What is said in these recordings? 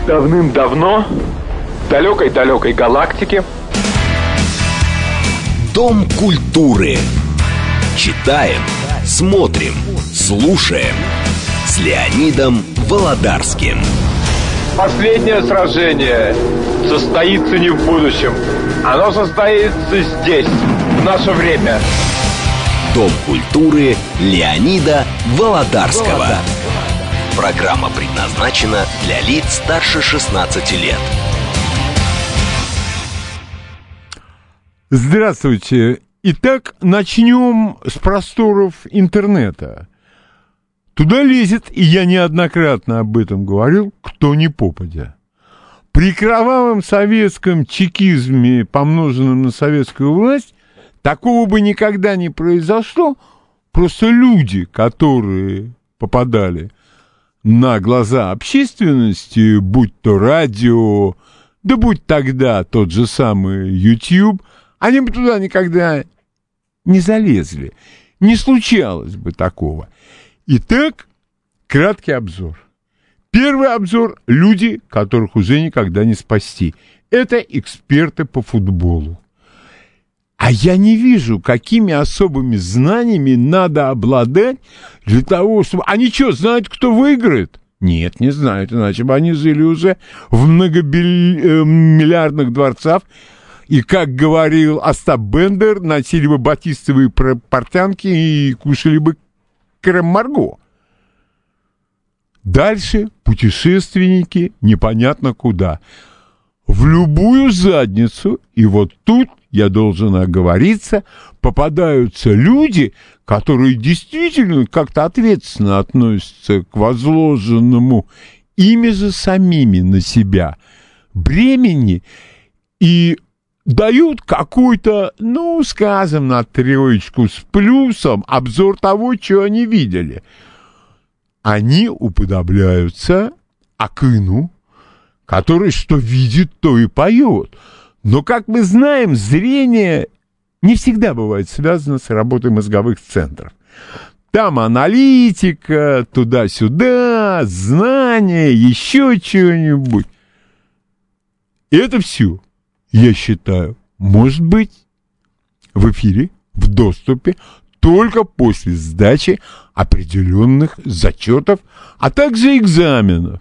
Давным-давно, в далекой-далекой галактике. Дом культуры. Читаем, смотрим, слушаем. С Леонидом Володарским. Последнее сражение состоится не в будущем. Оно состоится здесь, в наше время. Дом культуры Леонида Володарского. Программа предназначена для лиц старше 16 лет. Здравствуйте. Итак, начнем с просторов интернета. Туда лезет, и я неоднократно об этом говорил, кто ни попадя. При кровавом советском чекизме, помноженном на советскую власть, такого бы никогда не произошло. Просто люди, которые попадали на глаза общественности, будь то радио, да будь тогда тот же самый YouTube, они бы туда никогда не залезли. Не случалось бы такого. Итак, краткий обзор. Первый обзор – люди, которых уже никогда не спасти. Это эксперты по футболу. А я не вижу, какими особыми знаниями надо обладать для того, чтобы... Они что, знают, кто выиграет? Нет, не знают, иначе бы они жили уже в многомиллиардных дворцах. И, как говорил Остап Бендер, носили бы батистовые портянки и кушали бы крем-марго. Дальше путешественники непонятно куда. В любую задницу, и вот тут я должен оговориться, попадаются люди, которые действительно как-то ответственно относятся к возложенному ими же самими на себя бремени и дают какой-то, скажем, на 3 с плюсом обзор того, что они видели. Они уподобляются Акыну, который что видит, то и поет. Но, как мы знаем, зрение не всегда бывает связано с работой мозговых центров. Там аналитика, туда-сюда, знания, еще что-нибудь. И это все, я считаю, может быть в эфире, в доступе, только после сдачи определенных зачетов, а также экзаменов.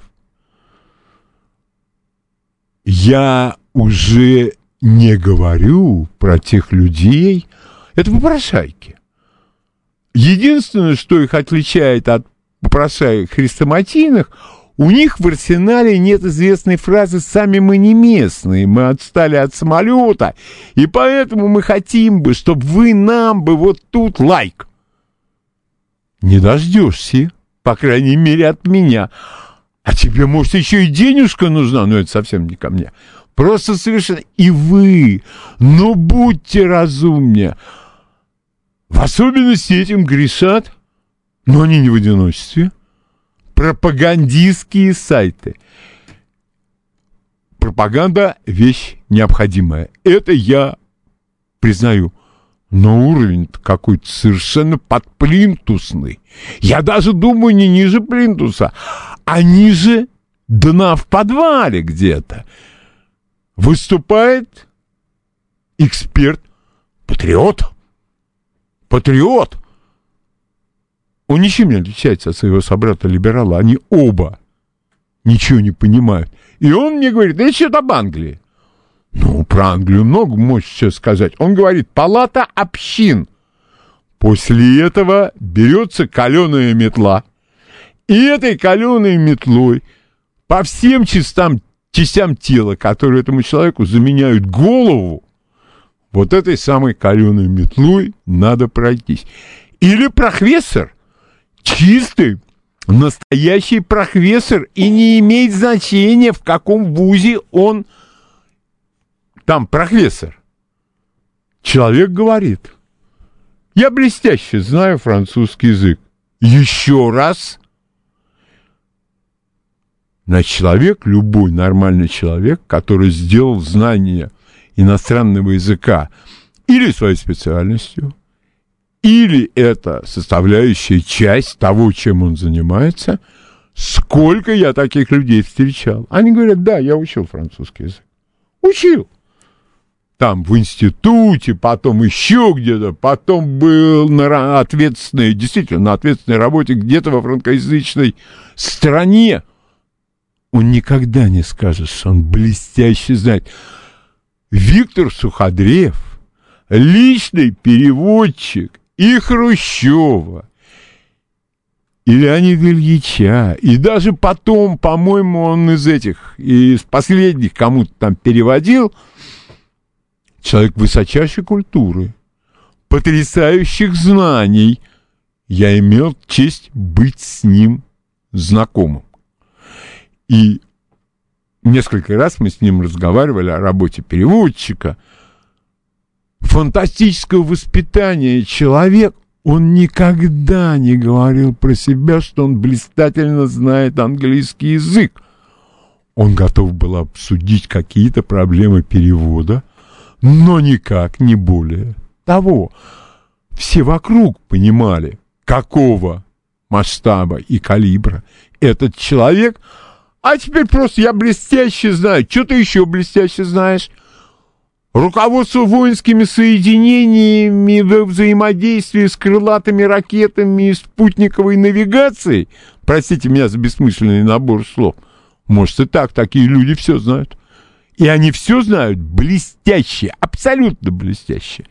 Я уже не говорю про тех людей, это попрошайки. Единственное, что их отличает от попрошаек хрестоматийных, у них в арсенале нет известной фразы «сами мы не местные, мы отстали от самолета, и поэтому мы хотим бы, чтобы вы нам бы вот тут лайк». Не дождешься, по крайней мере, от меня. А тебе, может, еще и денежка нужна? Но это совсем не ко мне. Просто совершенно... И вы, будьте разумнее. В особенности этим грешат, но они не в одиночестве, пропагандистские сайты. Пропаганда — вещь необходимая. Это я признаю. Но уровень какой-то совершенно подплинтусный. Я даже думаю, не ниже плинтуса, а ниже дна в подвале где-то. Выступает эксперт-патриот. Патриот. Он ничем не отличается от своего собрата-либерала. Они оба ничего не понимают. И он мне говорит, да что-то об Англии. Про Англию много можешь сейчас сказать. Он говорит, палата общин. После этого берется каленая метла. И этой каленой метлой по всем частям тела, которые этому человеку заменяют голову, вот этой самой каленой метлой надо пройтись. Или профессор. Чистый, настоящий профессор. И не имеет значения, в каком вузе он там профессор. Человек говорит, я блестяще знаю французский язык. Еще раз. Значит, человек, любой нормальный человек, который сделал знание иностранного языка или своей специальностью, или это составляющая часть того, чем он занимается, Сколько я таких людей встречал. Они говорят, да, я учил французский язык. Учил. Там в институте, потом еще где-то, потом был на ответственной, действительно, на ответственной работе где-то во франкоязычной стране. Он никогда не скажет, что он блестяще знает. Виктор Суходрев, личный переводчик и Хрущева, и Леонида Ильича, и даже потом, по-моему, он из последних кому-то там переводил. Человек высочайшей культуры, потрясающих знаний. Я имел честь быть с ним знакомым. И несколько раз мы с ним разговаривали о работе переводчика. Фантастического воспитания человек. Он никогда не говорил про себя, что он блистательно знает английский язык. Он готов был обсудить какие-то проблемы перевода, но никак не более того. Все вокруг понимали, какого масштаба и калибра этот человек. А теперь просто я блестяще знаю. Что ты еще блестяще знаешь? Руководство воинскими соединениями во взаимодействии с крылатыми ракетами и спутниковой навигацией. Простите меня за бессмысленный набор слов. Может и так, такие люди все знают. И они все знают блестяще, абсолютно блестяще.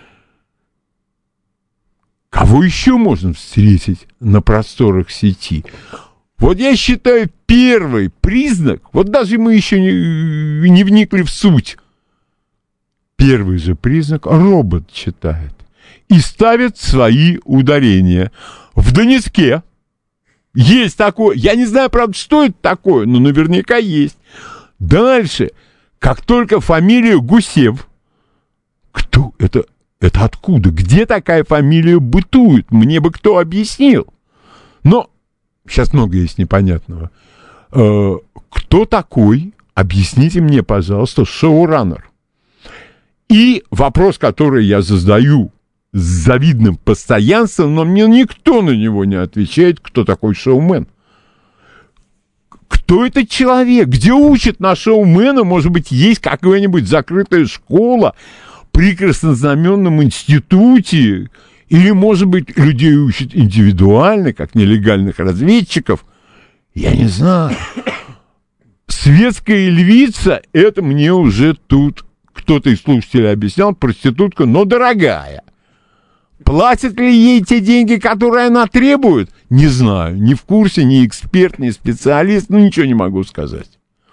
Кого еще можно встретить на просторах сети? Вот я считаю, первый признак, вот даже мы еще не вникли в суть, первый же признак — робот читает и ставит свои ударения. В Донецке есть такое, я не знаю, правда, что это такое, но наверняка есть. Дальше, как только фамилия Гусев, кто это? Это откуда? Где такая фамилия бытует? Мне бы кто объяснил. Но сейчас много есть непонятного. Кто такой? Объясните мне, пожалуйста, шоураннер. И вопрос, который я задаю с завидным постоянством, но мне никто на него не отвечает, кто такой шоумен. Кто этот человек? Где учат на шоумена? Может быть, есть какая-нибудь закрытая школа при краснознаменном институте? Или, может быть, людей учат индивидуально, как нелегальных разведчиков? Я не знаю. Светская львица, это мне уже тут кто-то из слушателей объяснял, проститутка, но дорогая. Платят ли ей те деньги, которые она требует? Не знаю, не в курсе, ни эксперт, ни специалист, ну ничего не могу сказать.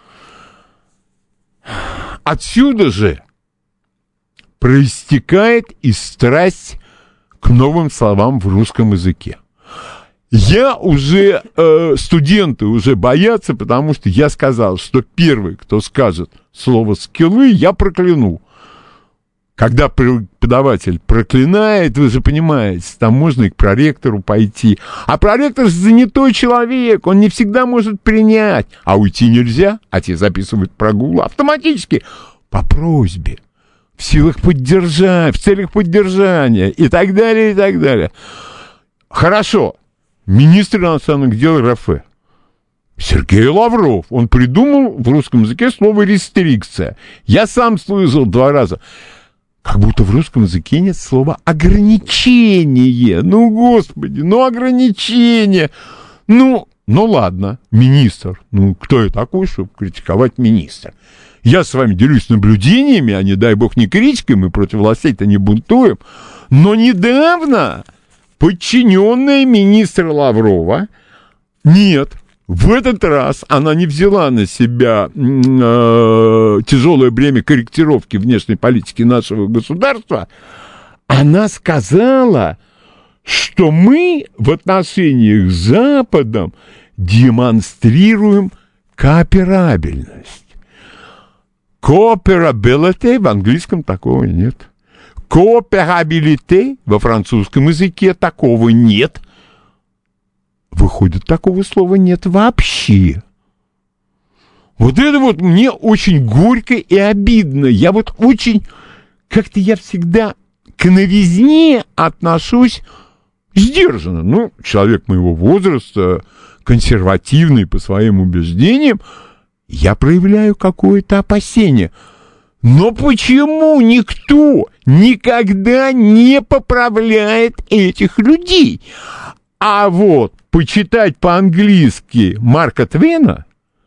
Отсюда же проистекает и страсть к новым словам в русском языке. Я уже, студенты уже боятся, потому что я сказал, что первый, кто скажет слово «скиллы», я прокляну. Когда преподаватель проклинает, вы же понимаете, там можно и к проректору пойти. А проректор занятой человек, он не всегда может принять. А уйти нельзя, а те записывают прогул автоматически по просьбе. В силах поддержать, в целях поддержания и так далее, и так далее. Хорошо. Министр иностранных дел РФ Сергей Лавров, он придумал в русском языке слово «рестрикция». Я сам слышал 2 раза. Как будто в русском языке нет слова «ограничение». Ну, господи, ну, ограничение. Ну, ладно, министр. Ну, кто я такой, чтобы критиковать министра? Я с вами делюсь наблюдениями, а не дай бог не критикой, мы против властей-то не бунтуем. Но недавно подчиненная министра Лаврова, нет, в этот раз она не взяла на себя тяжелое бремя корректировки внешней политики нашего государства. Она сказала, что мы в отношениях с Западом демонстрируем кооперабельность. Cooperability в английском такого нет. Cooperability во французском языке такого нет. Выходит, такого слова нет вообще. Вот это вот мне очень горько и обидно. Я вот очень, как-то я всегда к новизне отношусь сдержанно. Ну, человек моего возраста, консервативный по своим убеждениям, я проявляю какое-то опасение. Но почему никто никогда не поправляет этих людей? А вот почитать по-английски Марка Твена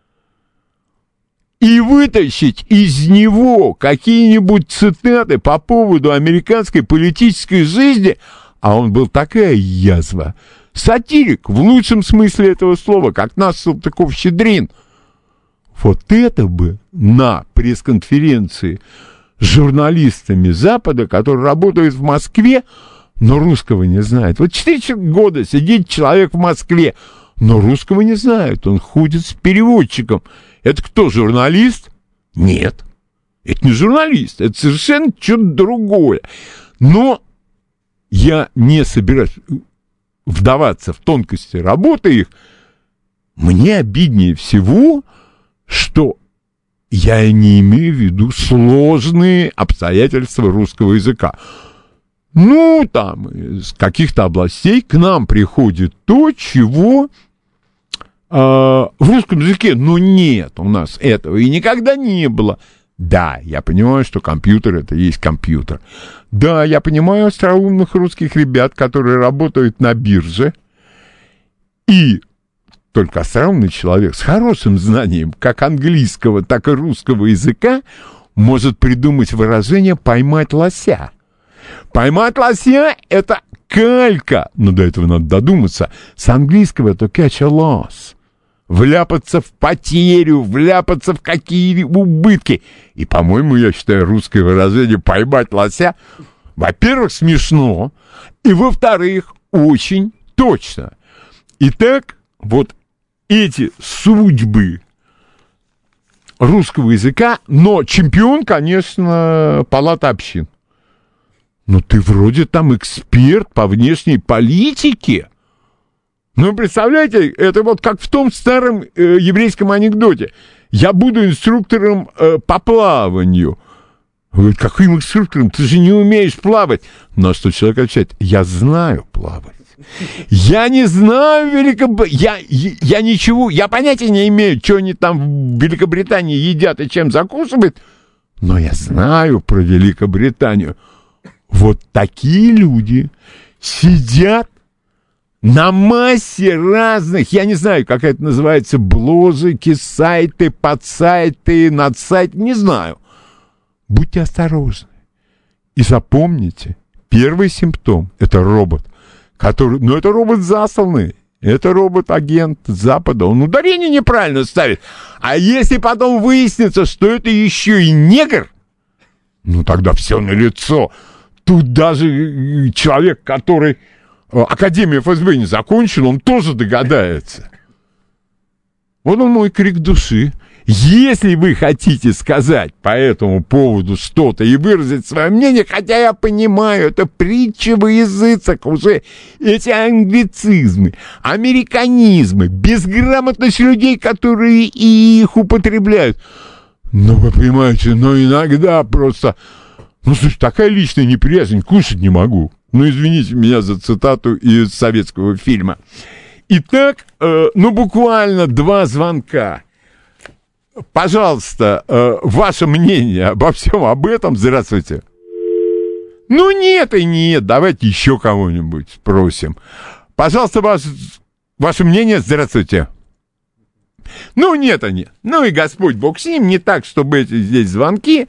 и вытащить из него какие-нибудь цитаты по поводу американской политической жизни, а он был такая язва, сатирик в лучшем смысле этого слова, как наш Салтыков-Щедрин. Вот это бы на пресс-конференции с журналистами Запада, которые работают в Москве, но русского не знает. Вот 4 года сидит человек в Москве, но русского не знает. Он ходит с переводчиком. Это кто, журналист? Нет. Это не журналист. Это совершенно что-то другое. Но я не собираюсь вдаваться в тонкости работы их. Мне обиднее всего, что я не имею в виду сложные обстоятельства русского языка. Ну, там, из каких-то областей к нам приходит то, чего в русском языке, ну, нет у нас этого, и никогда не было. Да, я понимаю, что компьютер — это есть компьютер. Да, я понимаю остроумных русских ребят, которые работают на бирже, и только остроумный человек с хорошим знанием как английского, так и русского языка может придумать выражение «поймать лося». Поймать лося — это калька, но до этого надо додуматься. С английского это catch a loss. Вляпаться в потерю, вляпаться в какие убытки. И, по-моему, я считаю, русское выражение «поймать лося», во-первых, смешно, и, во-вторых, очень точно. Итак, вот эти судьбы русского языка, но чемпион, конечно, Палата общин. Ну, ты вроде там эксперт по внешней политике. Ну, представляете, это вот как в том старом еврейском анекдоте. Я буду инструктором по плаванию. Говорит, каким инструктором? Ты же не умеешь плавать. На что человек отвечает, я знаю плавать. Я не знаю я ничего, я понятия не имею, что они там в Великобритании едят и чем закусывают, но я знаю про Великобританию. Вот такие люди сидят на массе разных, я не знаю, как это называется, бложики, сайты, подсайты, надсайты, не знаю. Будьте осторожны. И запомните, первый симптом — это робот, который, ну, это робот засланный, это робот-агент Запада, он ударение неправильно ставит. А если потом выяснится, что это еще и негр, ну, тогда все налицо. Тут даже человек, который Академию ФСБ не закончил, он тоже догадается. Вот он мой крик души. Если вы хотите сказать по этому поводу что-то и выразить свое мнение, хотя я понимаю, это притча во языцах, уже эти англицизмы, американизмы, безграмотность людей, которые их употребляют. Но вы понимаете, но иногда просто... Ну, слушай, такая личная неприязнь, кушать не могу. Ну, извините меня за цитату из советского фильма. Итак, ну, буквально 2 звонка. Пожалуйста, ваше мнение обо всем об этом. Здравствуйте. Ну, нет и нет. Давайте еще кого-нибудь спросим. Пожалуйста, ваше мнение. Здравствуйте. Ну, нет и нет. Ну, и Господь Бог с ним. Не так, чтобы эти здесь звонки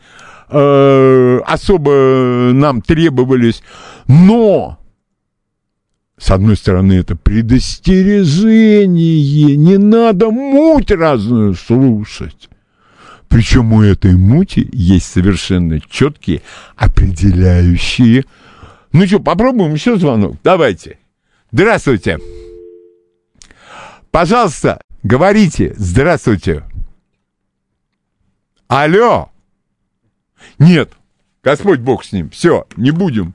особо нам требовались. Но, с одной стороны, это предостережение. Не надо муть разную слушать. Причем у этой мути есть совершенно четкие, определяющие. Ну что, попробуем еще звонок? Давайте. Здравствуйте. Пожалуйста, говорите. Здравствуйте. Алло. Нет, Господь Бог с ним. Все, не будем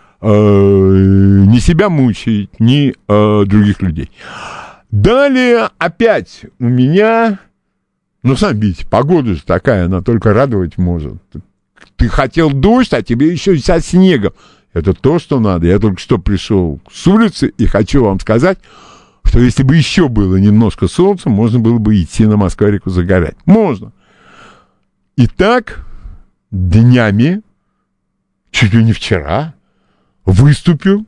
ни себя мучить, ни других людей. Далее опять у меня... Ну, сами видите, погода же такая, она только радовать может. Ты хотел дождь, а тебе еще и со снегом. Это то, что надо. Я только что пришел с улицы и хочу вам сказать, что если бы еще было немножко солнца, можно было бы идти на Москва-реку загорать. Можно. И так днями, чуть ли не вчера, выступил,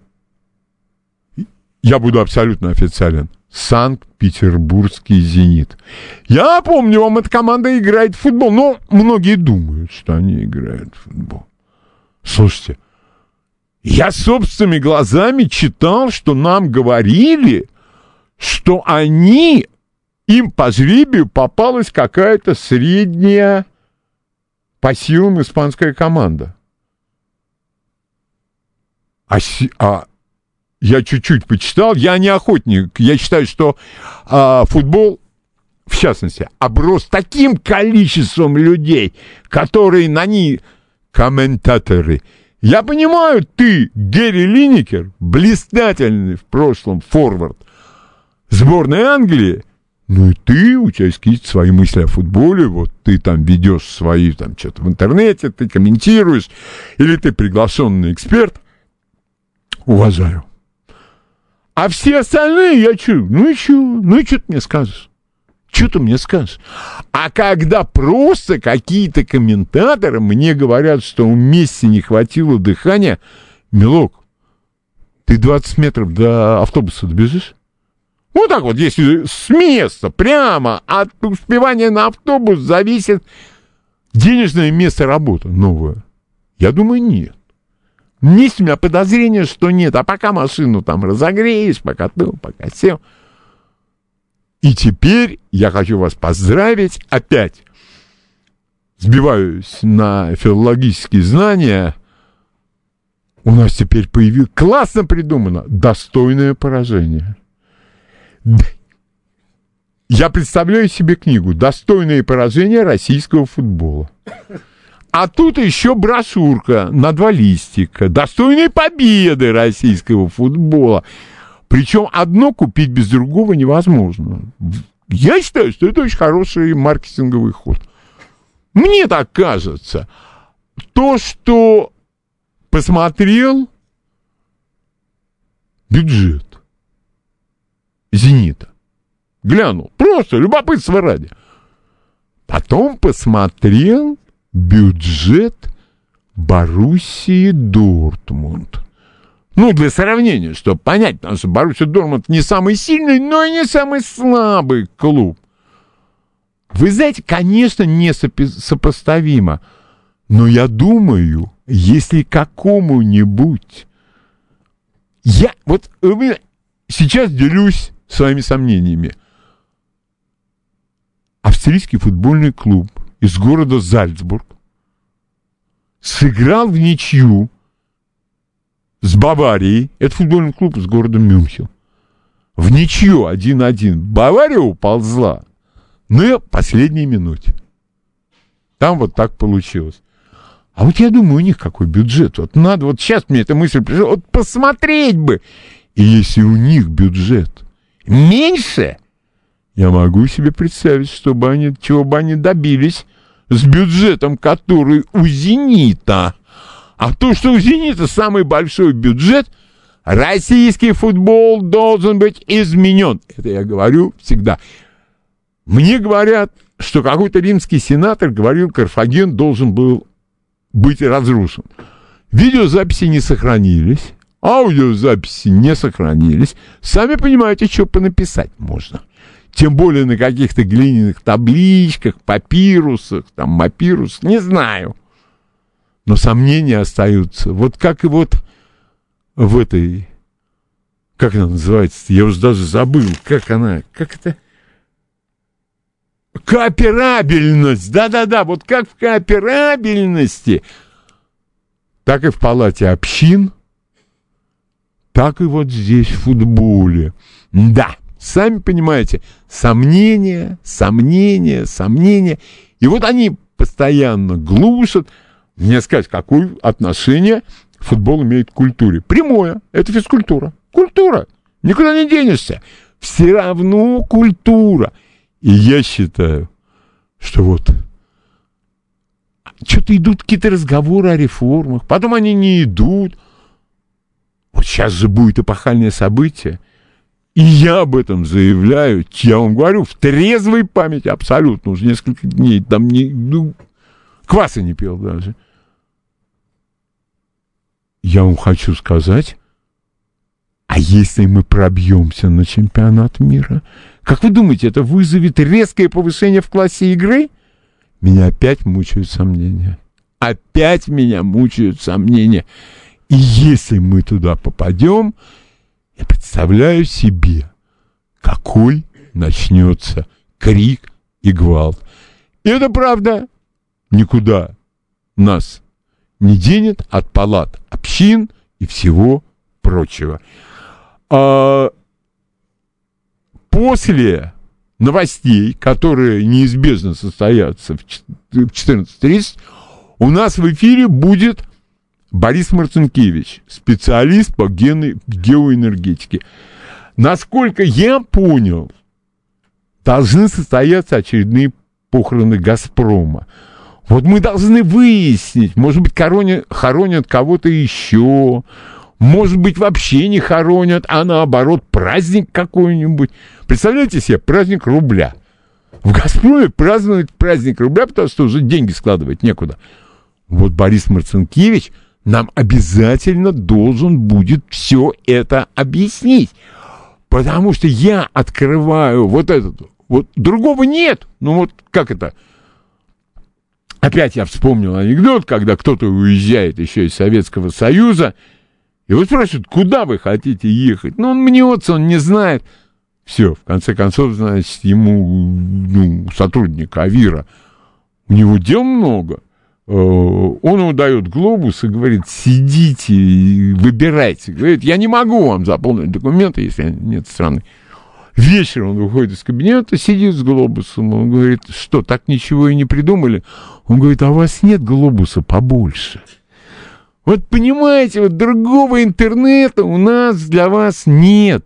я буду абсолютно официален, Санкт-Петербургский «Зенит». Я помню, вам эта команда играет в футбол, но многие думают, что они играют в футбол. Слушайте, я собственными глазами читал, что нам говорили, что им по жребию попалась какая-то средняя по силам испанская команда. Я чуть-чуть почитал, я не охотник, я считаю, что футбол, в частности, оброс таким количеством людей, которые на них комментаторы. Я понимаю, ты, Гэри Линекер, блистательный в прошлом форвард сборной Англии, ну и ты, у тебя есть свои мысли о футболе, вот ты там ведешь свои, там, что-то в интернете, ты комментируешь, или ты приглашенный эксперт, уважаю. А все остальные, я чую, ну и что ты мне скажешь? Что ты мне скажешь? А когда просто какие-то комментаторы мне говорят, что у Месси не хватило дыхания, милок, ты 20 метров до автобуса добежишь? Вот так вот, если с места, прямо от успевания на автобус зависит денежное место работы новое. Я думаю, нет. Есть у меня подозрение, что нет. А пока машину там разогреешь, пока сел. И теперь я хочу вас поздравить. Опять сбиваюсь на филологические знания. У нас теперь появилось, классно придумано, достойное поражение. Я представляю себе книгу «Достойное поражение российского футбола». А тут еще брошюрка на 2 листика. Достойные победы российского футбола. Причем одно купить без другого невозможно. Я считаю, что это очень хороший маркетинговый ход. Мне так кажется. То, что посмотрел бюджет «Зенита». Глянул. Просто любопытство ради. Потом посмотрел бюджет Боруссии Дортмунд. Ну, для сравнения, чтобы понять, потому что Боруссия Дортмунд не самый сильный, но и не самый слабый клуб. Вы знаете, конечно, не сопоставимо, но я думаю, если какому-нибудь... Я вот сейчас делюсь своими сомнениями. Австрийский футбольный клуб из города Зальцбург сыграл в ничью с Баварией. Это футбольный клуб из города Мюнхен. В ничью 1-1. Бавария уползла на последней минуте. Там вот так получилось. А вот я думаю, у них какой бюджет. Вот надо, вот сейчас мне эта мысль пришла, вот посмотреть бы. И если у них бюджет меньше, я могу себе представить, чего бы они добились с бюджетом, который у «Зенита». А то, что у «Зенита» самый большой бюджет, российский футбол должен быть изменен. Это я говорю всегда. Мне говорят, что какой-то римский сенатор говорил, Карфаген должен был быть разрушен. Видеозаписи не сохранились, аудиозаписи не сохранились. Сами понимаете, что понаписать можно. Тем более на каких-то глиняных табличках, папирусах, там, мапирус, не знаю. Но сомнения остаются. Вот как и вот в этой, как она называется, я уже даже забыл, как это? Кооперабельность, да-да-да, вот как в кооперабельности, так и в палате общин, так и вот здесь в футболе. Да. Сами понимаете, сомнения. И вот они постоянно глушат. Мне сказать, какое отношение футбол имеет к культуре? Прямое. Это физкультура. Культура. Никуда не денешься. Все равно культура. И я считаю, что вот что-то идут какие-то разговоры о реформах. Потом они не идут. Вот сейчас же будет эпохальное событие. И я об этом заявляю, я вам говорю, в трезвой памяти абсолютно, уже несколько дней, там кваса не пил даже. Я вам хочу сказать, а если мы пробьемся на чемпионат мира, как вы думаете, это вызовет резкое повышение в классе игры? Меня опять мучают сомнения. Опять меня мучают сомнения. И если мы туда попадем, я представляю себе, какой начнется крик и гвалт. И это правда никуда нас не денет от палат общин и всего прочего. После новостей, которые неизбежно состоятся в 14:30, у нас в эфире будет Борис Марцинкевич, специалист по геоэнергетике. Насколько я понял, должны состояться очередные похороны «Газпрома». Вот мы должны выяснить, может быть, хоронят кого-то еще, может быть, вообще не хоронят, а наоборот, праздник какой-нибудь. Представляете себе, праздник рубля. В «Газпроме» празднуют праздник рубля, потому что уже деньги складывать некуда. Вот Борис Марцинкевич нам обязательно должен будет все это объяснить. Потому что я открываю вот этот, вот другого нет. Ну вот как это? Опять я вспомнил анекдот, когда кто-то уезжает еще из Советского Союза, и вот спрашивают, куда вы хотите ехать? Ну, он мнется, он не знает. Все, в конце концов, значит, ему, сотрудник Авира, у него дел много. Он ему дает глобус и говорит, сидите, выбирайте. Говорит, я не могу вам заполнить документы, если нет страны. Вечером он выходит из кабинета, сидит с глобусом. Он говорит, что, так ничего и не придумали? Он говорит, а у вас нет глобуса побольше? Вот понимаете, вот другого интернета у нас для вас нет.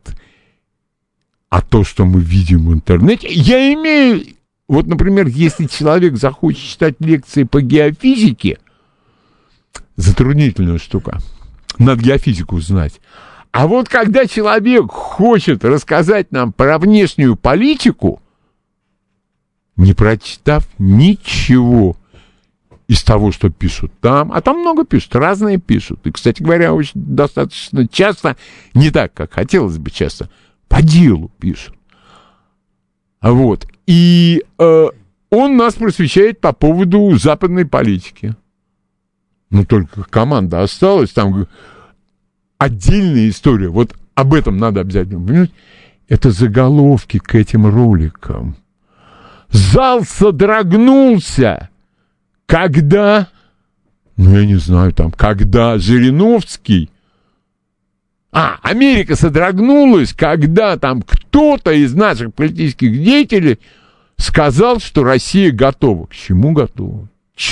А то, что мы видим в интернете, я имею... Вот, например, если человек захочет читать лекции по геофизике, затруднительная штука, надо геофизику знать. А вот когда человек хочет рассказать нам про внешнюю политику, не прочитав ничего из того, что пишут там, а там много пишут, разные пишут. И, кстати говоря, очень достаточно часто, не так, как хотелось бы часто, по делу пишут. Вот. И он нас просвещает по поводу западной политики. Но только команда осталась, там отдельная история. Вот об этом надо обязательно понимать. Это заголовки к этим роликам. Зал содрогнулся, когда, я не знаю, там, когда Жириновский... Америка содрогнулась, когда там кто-то из наших политических деятелей сказал, что Россия готова. К чему готова?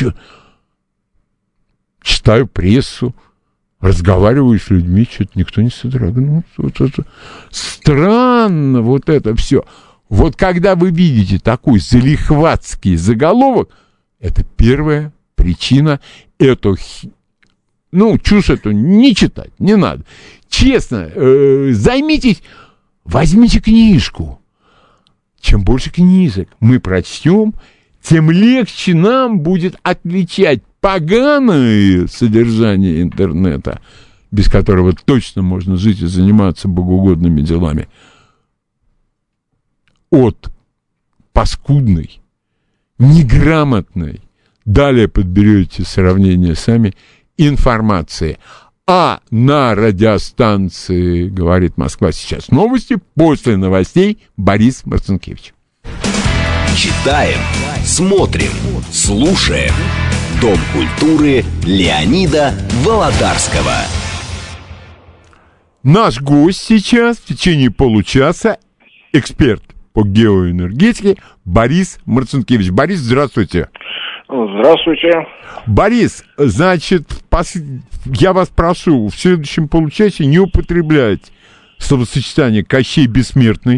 Читаю прессу, разговариваю с людьми, что-то никто не содрогнулся. Вот это. Странно вот это все. Вот когда вы видите такой залихватский заголовок, это первая причина эту чушь эту не читать, не надо. Честно, займитесь, возьмите книжку. Чем больше книжек мы прочтем, тем легче нам будет отличать поганое содержание интернета, без которого точно можно жить и заниматься богоугодными делами, от паскудной, неграмотной, далее подберете сравнение сами, информации. А на радиостанции «Говорит Москва» сейчас новости. После новостей Борис Марцинкевич. Читаем, смотрим, слушаем. Дом культуры Леонида Володарского. Наш гость сейчас в течение получаса, эксперт по геоэнергетике Борис Марцинкевич. Борис, здравствуйте. Здравствуйте. Борис, значит, я вас прошу в следующем получасе не употреблять словосочетание «Кощей Бессмертный».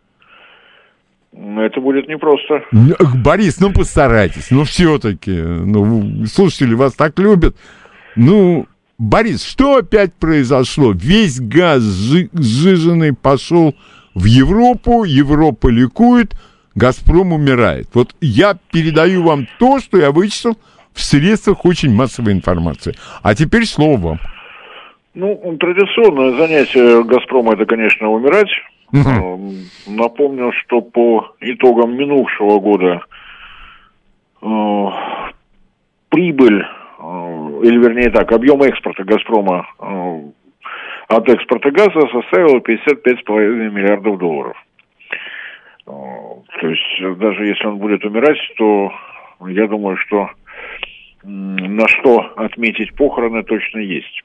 Это будет непросто. Борис, постарайтесь, все-таки, слушатели вас так любят, Борис, что опять произошло? Весь газ сжиженный пошел в Европу, Европа ликует, «Газпром» умирает. Вот я передаю вам то, что я вычитал в средствах очень массовой информации. А теперь слово вам. Ну, традиционное занятие «Газпрома» — это, конечно, умирать. Напомню, что по итогам минувшего года прибыль, или вернее так, объем экспорта «Газпрома» от экспорта газа составил 55,5 миллиардов долларов. То есть, даже если он будет умирать, то я думаю, что на что отметить похороны точно есть.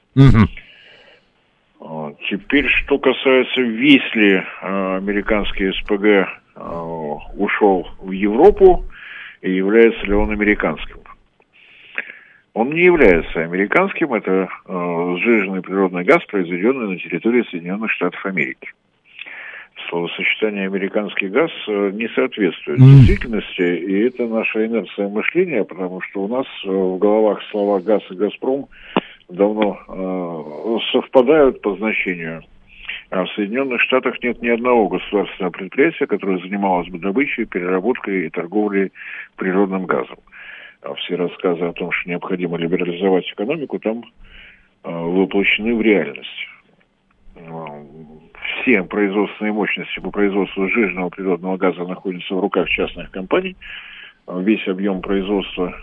Теперь, что касается, если американский СПГ ушел в Европу, и является ли он американским? Он не является американским, это сжиженный природный газ, произведенный на территории Соединенных Штатов Америки. Словосочетание «американский газ» не соответствует действительности, и это наша инерция мышления, потому что у нас в головах слова «газ» и «Газпром» давно совпадают по значению. А в Соединенных Штатах нет ни одного государственного предприятия, которое занималось бы добычей, переработкой и торговлей природным газом. А все рассказы о том, что необходимо либерализовать экономику, там воплощены в реальность. Все производственные мощности по производству сжиженного природного газа находятся в руках частных компаний. Весь объем производства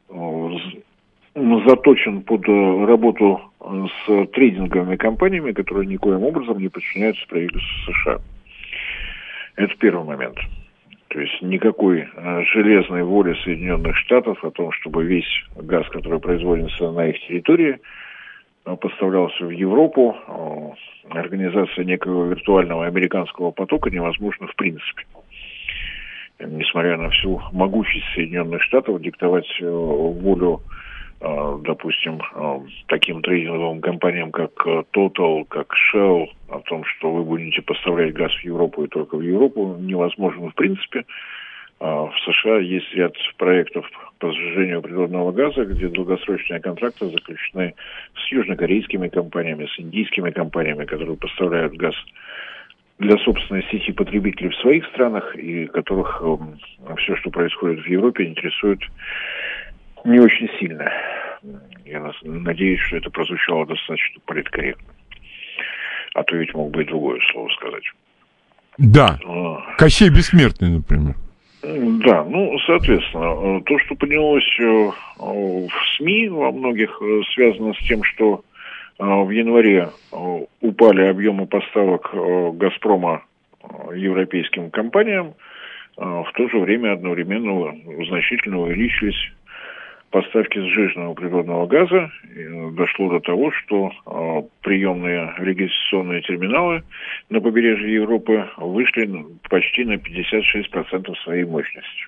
заточен под работу с трейдинговыми компаниями, которые никоим образом не подчиняются правительству США. Это первый момент. То есть никакой железной воли Соединенных Штатов о том, чтобы весь газ, который производится на их территории, поставлялся в Европу, организация некого виртуального американского потока невозможна в принципе. Несмотря на всю могучесть Соединенных Штатов диктовать волю, допустим, таким трейдинговым компаниям, как Total, как Shell, о том, что вы будете поставлять газ в Европу и только в Европу, невозможно в принципе. В США есть ряд проектов по сжижению природного газа, где долгосрочные контракты заключены с южнокорейскими компаниями, с индийскими компаниями, которые поставляют газ для собственной сети потребителей в своих странах, и которых все, что происходит в Европе, интересует не очень сильно. Я надеюсь, что это прозвучало достаточно политкорректно. А то ведь мог бы и другое слово сказать. Да, Кощей Бессмертный, например. Да, ну, соответственно, то, что поднялось в СМИ во многих, связано с тем, что в январе упали объемы поставок «Газпрома» европейским компаниям, в то же время одновременно значительно увеличились поставки сжиженного природного газа. И дошло до того, что приемные регистрационные терминалы на побережье Европы вышли почти на 56% своей мощности.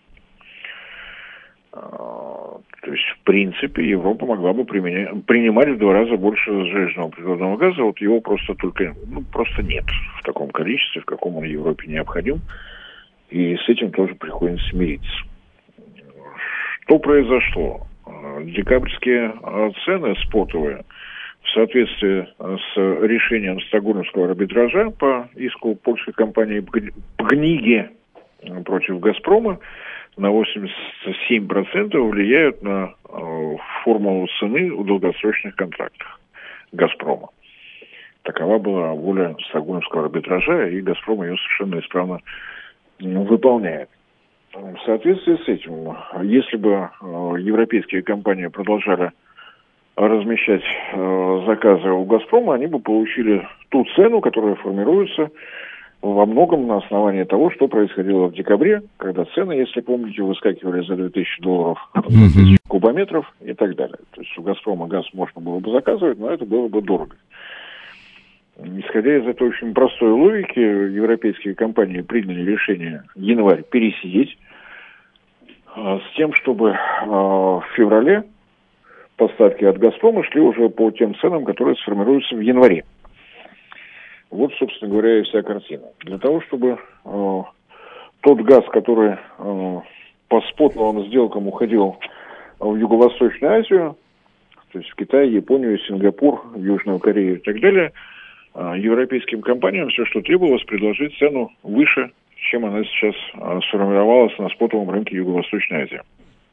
То есть, в принципе, Европа могла бы принимать в 2 раза больше сжиженного природного газа, вот его просто просто нет в таком количестве, в каком он Европе необходим, и с этим тоже приходится мириться. Что произошло? Декабрьские цены спотовые в соответствии с решением Стокгольмского арбитража по иску польской компании «Пгниги» против «Газпрома» на 87% влияют на формулу цены в долгосрочных контрактах «Газпрома». Такова была воля Стокгольмского арбитража, и «Газпром» ее совершенно исправно выполняет. В соответствии с этим, если бы европейские компании продолжали размещать заказы у «Газпрома», они бы получили ту цену, которая формируется во многом на основании того, что происходило в декабре, когда цены, если помните, выскакивали за $2000 кубометров и так далее. То есть у «Газпрома» газ можно было бы заказывать, но это было бы дорого. Исходя из этой очень простой логики, европейские компании приняли решение январь пересидеть с тем, чтобы в феврале поставки от «Газпрома» шли уже по тем ценам, которые сформируются в январе. Вот, собственно говоря, и вся картина. Для того, чтобы тот газ, который по спотовым сделкам уходил в Юго-Восточную Азию, то есть в Китай, Японию, Сингапур, Южную Корею и так далее, европейским компаниям все, что требовалось, предложить цену выше, чем она сейчас сформировалась на спотовом рынке Юго-Восточной Азии.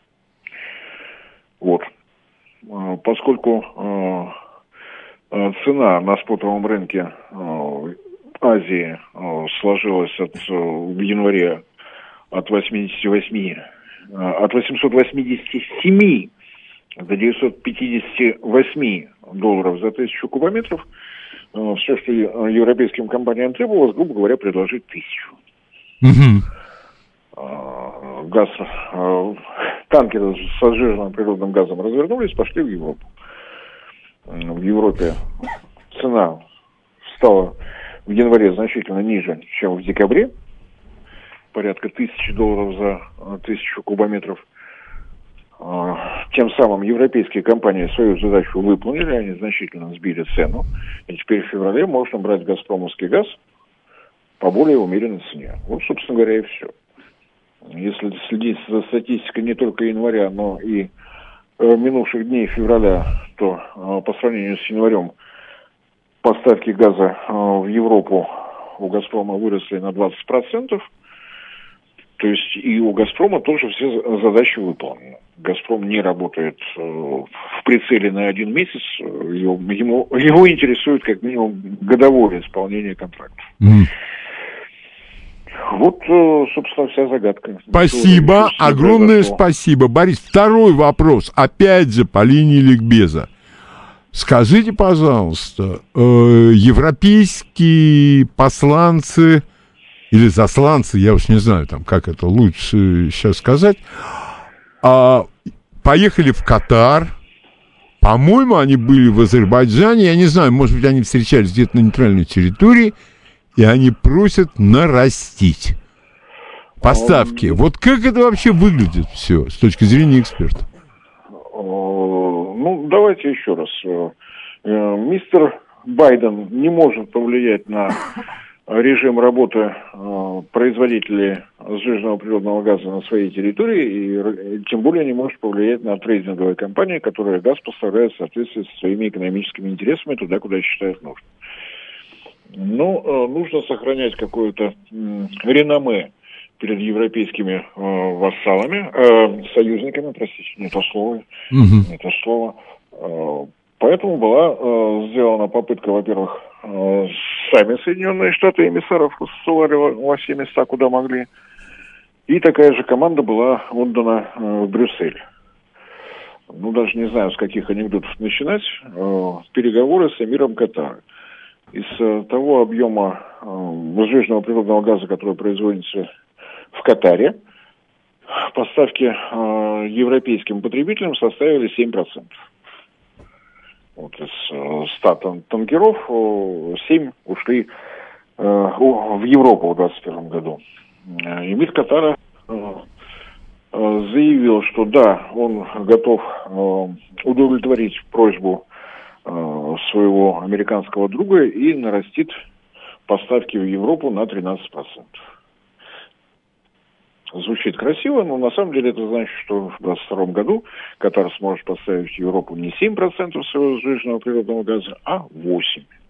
Вот. Поскольку цена на спотовом рынке Азии сложилась в январе от 887 до 958 долларов за 1000 кубометров, все, что европейским компаниям требовалось, грубо говоря, предложить 1000. Газ, танкеры со сжиженным природным газом развернулись, пошли в Европу. В Европе цена стала в январе значительно ниже, чем в декабре. Порядка $1000 за 1000 кубометров. Тем самым европейские компании свою задачу выполнили, они значительно сбили цену. И теперь в феврале можно брать газпромовский газ по более умеренной цене. Вот, собственно говоря, и все. Если следить за статистикой не только января, но и минувших дней февраля, то по сравнению с январем поставки газа в Европу у «Газпрома» выросли на 20%. То есть и у «Газпрома» тоже все задачи выполнены. «Газпром» не работает в прицеле на 1 месяц. Его интересует как минимум годовое исполнение контрактов. Вот, собственно, вся загадка. Спасибо, огромное спасибо. Борис, второй вопрос, опять же, по линии ликбеза. Скажите, пожалуйста, европейские посланцы или засланцы, я уж не знаю, там, как это лучше сейчас сказать, поехали в Катар. По-моему, они были в Азербайджане, я не знаю, может быть, они встречались где-то на нейтральной территории, и они просят нарастить поставки. Вот как это вообще выглядит все с точки зрения эксперта? Ну, давайте еще раз. Мистер Байден не может повлиять на режим работы производителей сжиженного природного газа на своей территории, и тем более не может повлиять на трейдинговые компании, которые газ поставляют в соответствии со своими экономическими интересами туда, куда считают нужным. Но нужно сохранять какое-то реноме перед европейскими вассалами, союзниками, простите, не то слово. Поэтому была сделана попытка, во-первых, сами Соединенные Штаты эмиссаров рассылали во все места, куда могли. И такая же команда была отдана в Брюссель. Ну, даже не знаю, с каких анекдотов начинать. Переговоры с эмиром Катара. Из того объема сжиженного природного газа, который производится в Катаре, поставки европейским потребителям составили 7%. Вот из 100 танкеров 7 ушли в Европу в 2021 году. Эмир Катара заявил, что да, он готов удовлетворить просьбу своего американского друга и нарастит поставки в Европу на 13%. Звучит красиво, но на самом деле это значит, что в 2022 году Катар сможет поставить в Европу не 7% своего сжиженного природного газа, а 8%.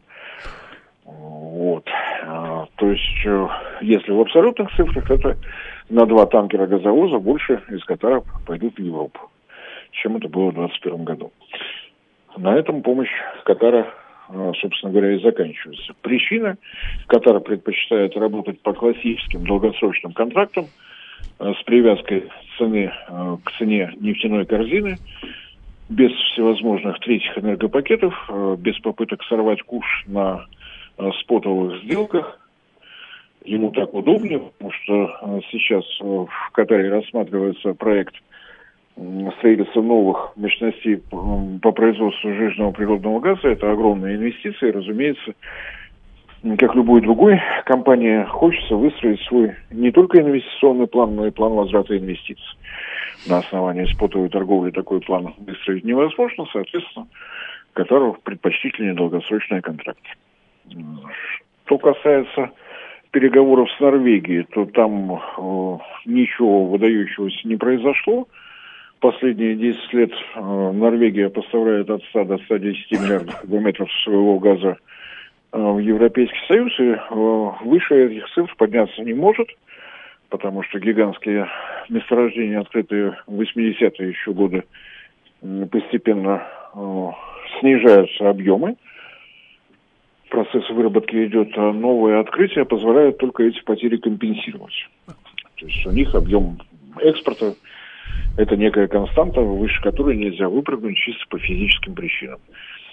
Вот. То есть, если в абсолютных цифрах, это на 2 танкера газовоза больше из Катара пойдут в Европу, чем это было в 2021 году. На этом помощь Катара, собственно говоря, и заканчивается. Причина: Катар предпочитает работать по классическим долгосрочным контрактам с привязкой цены к цене нефтяной корзины, без всевозможных третьих энергопакетов, без попыток сорвать куш на спотовых сделках. Ему так удобнее, потому что сейчас в Катаре рассматривается проект строительства новых мощностей по производству сжиженного природного газа. Это огромные инвестиции, разумеется. Как любой другой компании, хочется выстроить свой не только инвестиционный план, но и план возврата инвестиций. На основании спотовой торговли такой план выстроить невозможно, соответственно, Катару предпочтительнее долгосрочные контракты. Что касается переговоров с Норвегией, то там ничего выдающегося не произошло. Последние 10 лет Норвегия поставляет от 100 до 110 миллиардов кубометров своего газа в Европейский Союз, и выше этих цифр подняться не может, потому что гигантские месторождения, открытые в 80-е еще годы, постепенно снижаются объемы. Процесс выработки идет, а новые открытия позволяют только эти потери компенсировать. То есть у них объем экспорта – это некая константа, выше которой нельзя выпрыгнуть чисто по физическим причинам.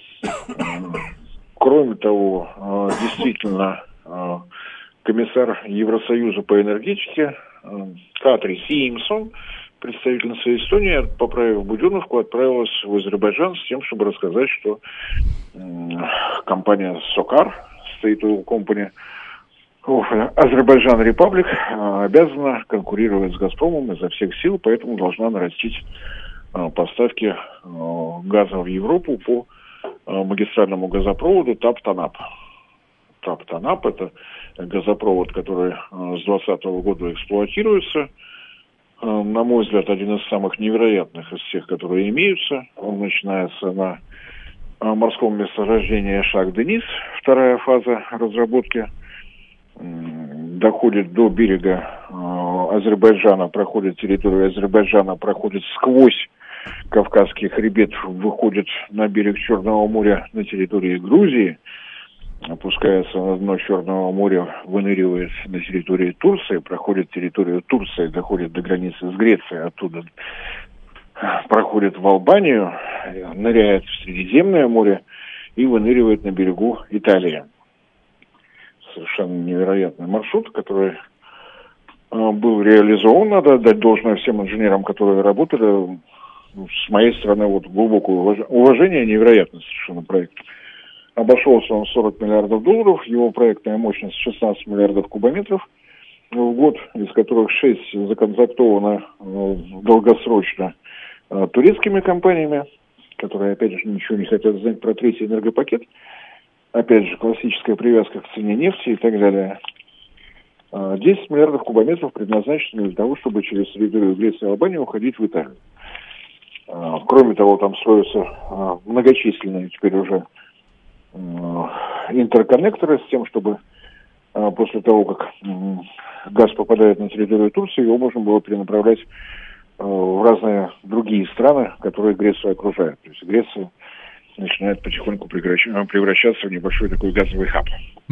Кроме того, действительно, комиссар Евросоюза по энергетике Катри Симпсон, представительница Эстонии, поправив Буденовку, отправилась в Азербайджан с тем, чтобы рассказать, что компания Сокар, State Oil Company, Азербайджан Репаблик, обязана конкурировать с Газпромом изо всех сил, поэтому должна нарастить поставки газа в Европу по магистральному газопроводу ТАП-ТАНАП. ТАП-ТАНАП – это газопровод, который с 2020 года эксплуатируется. На мой взгляд, один из самых невероятных из всех, которые имеются. Он начинается на морском месторождении Шах-Денис, вторая фаза разработки, доходит до берега Азербайджана, проходит территорию Азербайджана, проходит сквозь Кавказский хребет, выходит на берег Черного моря на территории Грузии, опускается на дно Черного моря, выныривает на территории Турции, проходит территорию Турции, доходит до границы с Грецией, оттуда проходит в Албанию, ныряет в Средиземное море и выныривает на берегу Италии. Совершенно невероятный маршрут, который был реализован. Надо отдать должное всем инженерам, которые работали. С моей стороны, глубокое уважение, невероятный совершенно проект. Обошелся он в $40 миллиардов, его проектная мощность 16 миллиардов кубометров в год, из которых 6 законтрактовано долгосрочно турецкими компаниями, которые, опять же, ничего не хотят знать про третий энергопакет. Опять же, классическая привязка к цене нефти и так далее. 10 миллиардов кубометров предназначены для того, чтобы через территорию Греции и Албании уходить в Италию. Кроме того, там строятся многочисленные теперь уже интерконнекторы с тем, чтобы после того, как газ попадает на территорию Турции, его можно было перенаправлять в разные другие страны, которые Грецию окружают. То есть Греция начинает потихоньку превращаться в небольшой такой газовый хаб.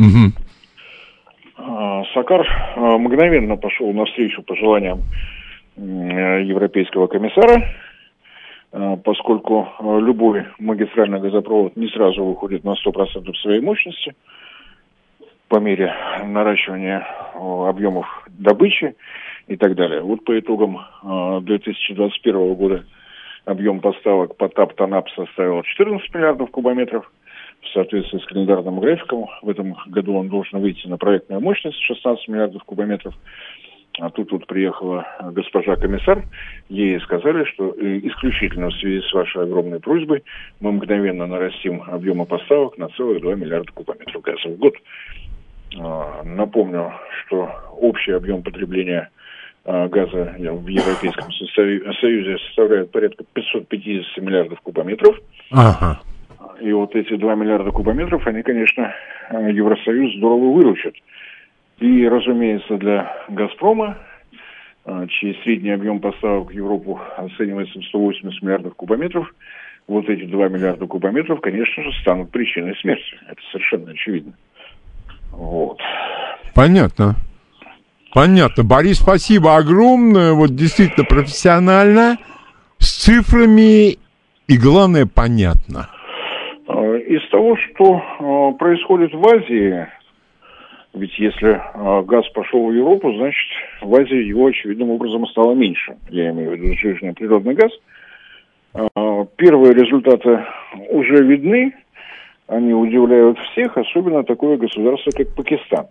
Сокар мгновенно пошел навстречу пожеланиям европейского комиссара, поскольку любой магистральный газопровод не сразу выходит на 100% своей мощности по мере наращивания объемов добычи и так далее. Вот по итогам 2021 года объем поставок по ТАП-ТАНАП составил 14 миллиардов кубометров. В соответствии с календарным графиком, в этом году он должен выйти на проектную мощность 16 миллиардов кубометров. А тут приехала госпожа комиссар, ей сказали, что исключительно в связи с вашей огромной просьбой мы мгновенно нарастим объемы поставок на целых 2 миллиарда кубометров газа в год. Напомню, что общий объем потребления газа в Европейском Союзе составляет порядка 550 миллиардов кубометров. Ага. И вот эти 2 миллиарда кубометров, они, конечно, Евросоюз здорово выручат. И, разумеется, для «Газпрома», чей средний объем поставок в Европу оценивается в 180 миллиардов кубометров, вот эти 2 миллиарда кубометров, конечно же, станут причиной смерти. Это совершенно очевидно. Вот. Понятно. Борис, спасибо огромное. Вот действительно профессионально, с цифрами и, главное, понятно. Из того, что происходит в Азии, ведь если газ пошел в Европу, значит, в Азии его очевидным образом стало меньше. Я имею в виду сжиженный природный газ. Первые результаты уже видны. Они удивляют всех, особенно такое государство, как Пакистан.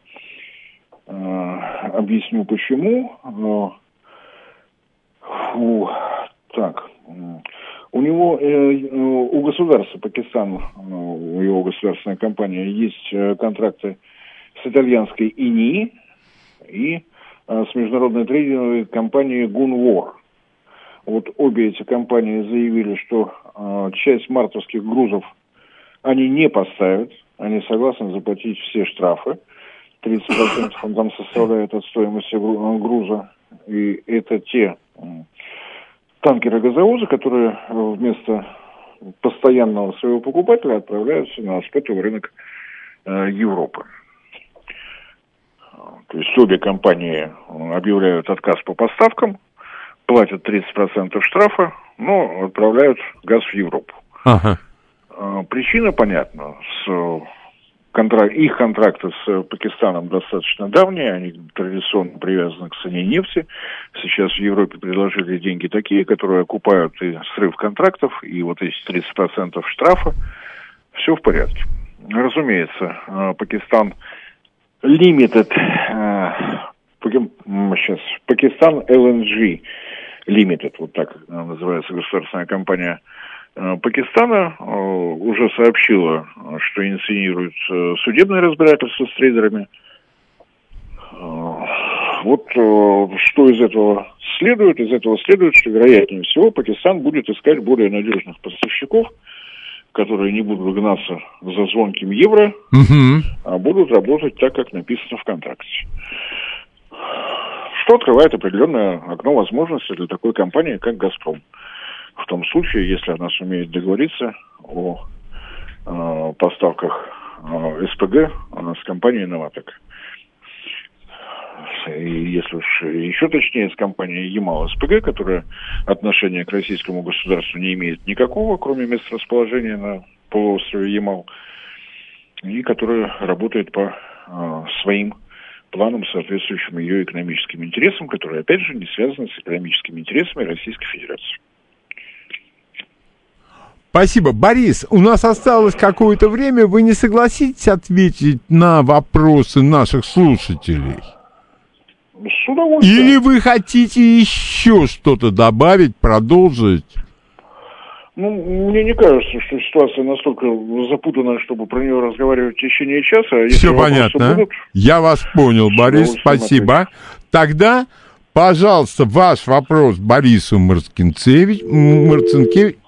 Объясню почему. У государства Пакистан, у его государственной компании есть контракты с итальянской ИНИ и с международной трейдинговой компанией Gunvor. Вот обе эти компании заявили, что часть мартовских грузов они не поставят, они согласны заплатить все штрафы. 30% он там составляет от стоимости груза. И это те танкеры-газовозы, которые вместо постоянного своего покупателя отправляются на спотовый рынок Европы. То есть обе компании объявляют отказ по поставкам, платят 30% штрафа, но отправляют газ в Европу. Ага. Причина понятна. Их контракты с Пакистаном достаточно давние, они традиционно привязаны к цене нефти. Сейчас в Европе предложили деньги такие, которые окупают и срыв контрактов, и вот эти 30% штрафа. Все в порядке. Разумеется, Пакистан Limited, Пакистан LNG Limited, вот так называется государственная компания Пакистана, уже сообщила, что инициирует судебное разбирательство с трейдерами. Вот что из этого следует? Из этого следует, что, вероятнее всего, Пакистан будет искать более надежных поставщиков, которые не будут гнаться за звонким евро, а будут работать так, как написано в контракте. Что открывает определенное окно возможностей для такой компании, как «Газпром». В том случае, если она сумеет договориться о поставках СПГ с компанией «Новатек». И если уж еще точнее, с компанией «Ямал-СПГ», которая отношения к российскому государству не имеет никакого, кроме месторасположения на полуострове Ямал, и которая работает по своим планам, соответствующим ее экономическим интересам, которые, опять же, не связаны с экономическими интересами Российской Федерации. Спасибо. Борис, у нас осталось какое-то время. Вы не согласитесь ответить на вопросы наших слушателей? С удовольствием. Или вы хотите еще что-то добавить, продолжить? Ну, мне не кажется, что ситуация настолько запутанная, чтобы про нее разговаривать в течение часа. Если все понятно. Будут, я вас понял, Борис, спасибо. Отвечу. Тогда, пожалуйста, ваш вопрос Борису Марцинкевичу.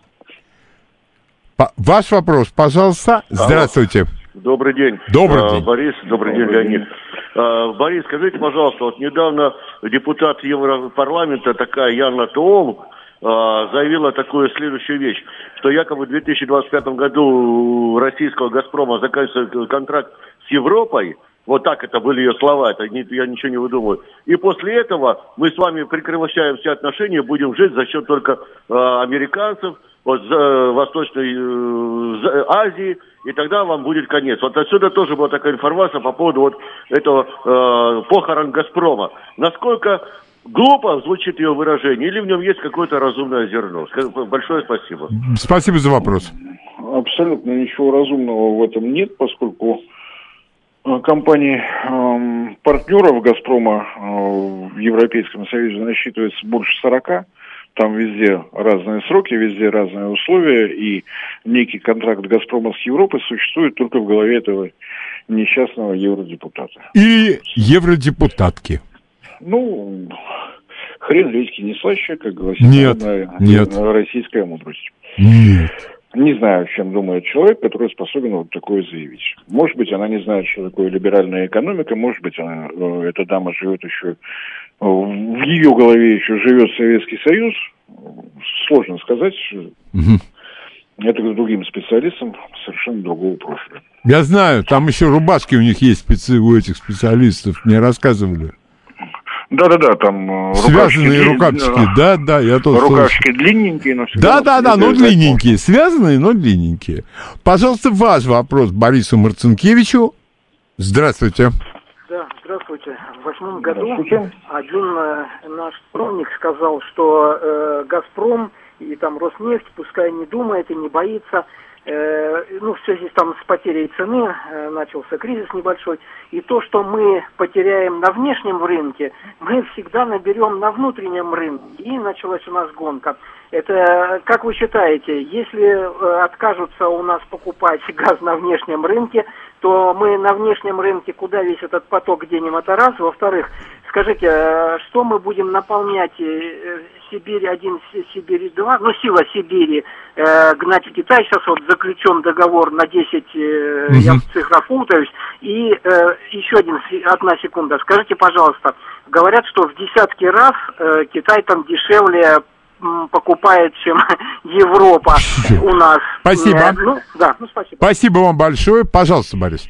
Ваш вопрос, пожалуйста. Здравствуйте. Добрый день. Добрый день. Борис, добрый день, Леонид. Борис, скажите, пожалуйста, вот недавно депутат Европарламента, такая Яна Тоом, заявила такую следующую вещь, что якобы в 2025 году у российского «Газпрома» заканчивается контракт с Европой. Вот так это были ее слова, это я ничего не выдумываю. И после этого мы с вами прекращаем все отношения, будем жить за счет только американцев, вот, Восточной Азии, и тогда вам будет конец. Вот отсюда тоже была такая информация по поводу вот этого похорон «Газпрома». Насколько глупо звучит ее выражение, или в нем есть какое-то разумное зерно? Большое спасибо. Спасибо за вопрос. Абсолютно ничего разумного в этом нет, поскольку компаний партнеров «Газпрома» в Европейском Союзе насчитывается больше 40. Там везде разные сроки, везде разные условия, и некий контракт «Газпрома» с Европой существует только в голове этого несчастного евродепутата. И евродепутатки. Ну, хрен редьки не слаще, как говорит российская мудрость. Нет. Не знаю, о чем думает человек, который способен вот такое заявить. Может быть, она не знает, что такое либеральная экономика, может быть, эта дама живет еще, в ее голове еще живет Советский Союз. Сложно сказать. Это к другим специалистам совершенно другого профиля. Я знаю, там еще рубашки у них есть у этих специалистов, мне рассказывали. Да-да-да, там связанные рукавчики, да, я тоже рукавчики слышу. Длинненькие, но всегда... Да, но длинненькие, связанные, но длинненькие. Пожалуйста, ваш вопрос Борису Марцинкевичу. Здравствуйте. Да, здравствуйте. В 2008 году один наш сторонник сказал, что «Газпром» и там «Роснефть», пускай не думает и не боится, в связи там с потерей цены начался кризис небольшой, и то, что мы потеряем на внешнем рынке, мы всегда наберем на внутреннем рынке, и началась у нас гонка. Это, как вы считаете, если откажутся у нас покупать газ на внешнем рынке, то мы на внешнем рынке куда весь этот поток денем, это раз. Во-вторых, Скажите, что мы будем наполнять Сибирь-1, Сибирь-2, ну, сила Сибири, гнать в Китай, сейчас вот заключен договор на 10, я в цифрах путаюсь, и еще одна секунда, скажите, пожалуйста, говорят, что в десятки раз Китай там дешевле покупает, чем Европа у нас. Спасибо. Спасибо. Спасибо вам большое. Пожалуйста, Борис.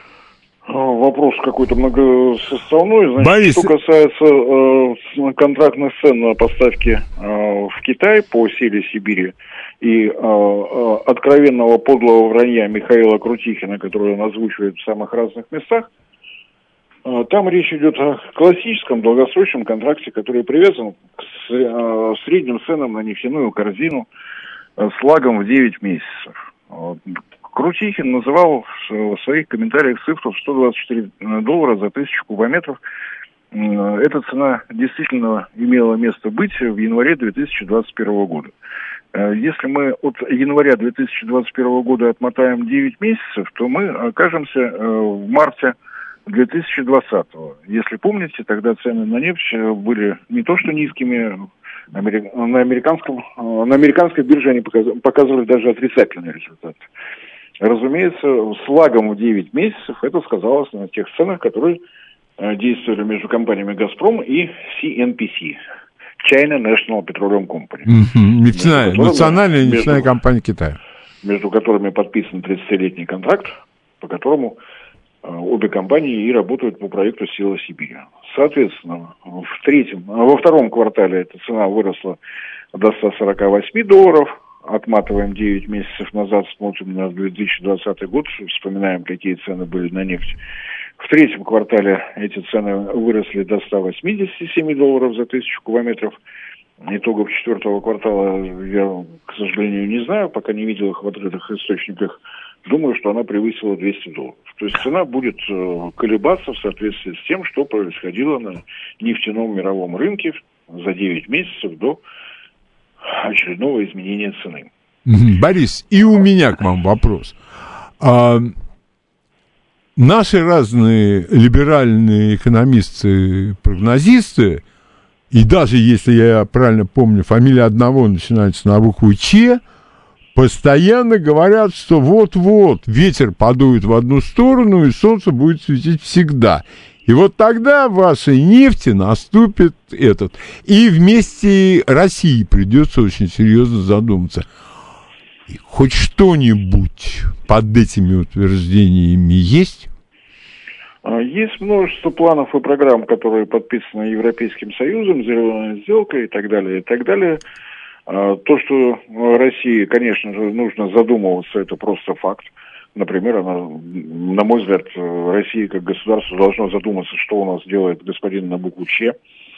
Вопрос какой-то многосоставной. Значит, Борис. Что касается контрактных цен на поставки в Китай по силе Сибири и откровенного подлого вранья Михаила Крутихина, который он озвучивает в самых разных местах, там речь идет о классическом долгосрочном контракте, который привязан к средним ценам на нефтяную корзину с лагом в 9 месяцев. Крутихин называл в своих комментариях цифру в $124 за 1000 кубометров. Эта цена действительно имела место быть в январе 2021 года. Если мы от января 2021 года отмотаем 9 месяцев, то мы окажемся в марте 2020-го. Если помните, тогда цены на нефть были не то что низкими, на американской бирже они показывали даже отрицательный результат. Разумеется, с лагом в 9 месяцев это сказалось на тех ценах, которые действовали между компаниями «Газпром» и CNPC, China National Petroleum Company. Национальная нефтяная компания Китая. Между которыми подписан 30-летний контракт, по которому обе компании и работают по проекту «Сила Сибири». Соответственно, во втором квартале эта цена выросла до $148. Отматываем 9 месяцев назад, смотрим на 2020 год, вспоминаем, какие цены были на нефть. В третьем квартале эти цены выросли до $187 за 1000 кубометров. Итогов четвертого квартала я, к сожалению, не знаю, пока не видел их в открытых источниках. Думаю, что она превысила $200. То есть цена будет колебаться в соответствии с тем, что происходило на нефтяном мировом рынке за 9 месяцев до очередного изменения цены. Борис, и у меня к вам вопрос. Наши разные либеральные экономисты, прогнозисты, и даже, если я правильно помню, фамилия одного начинается на букву «Ч», постоянно говорят, что вот-вот ветер подует в одну сторону, и солнце будет светить всегда. И вот тогда в вашей нефти наступит этот. И вместе России придется очень серьезно задуматься. Хоть что-нибудь под этими утверждениями есть? Есть множество планов и программ, которые подписаны Европейским Союзом, зеленая сделка и так далее, и так далее. То, что России, конечно же, нужно задумываться, это просто факт. Например, на мой взгляд, Россия как государство должно задуматься, что у нас делает господин на букву «Ч».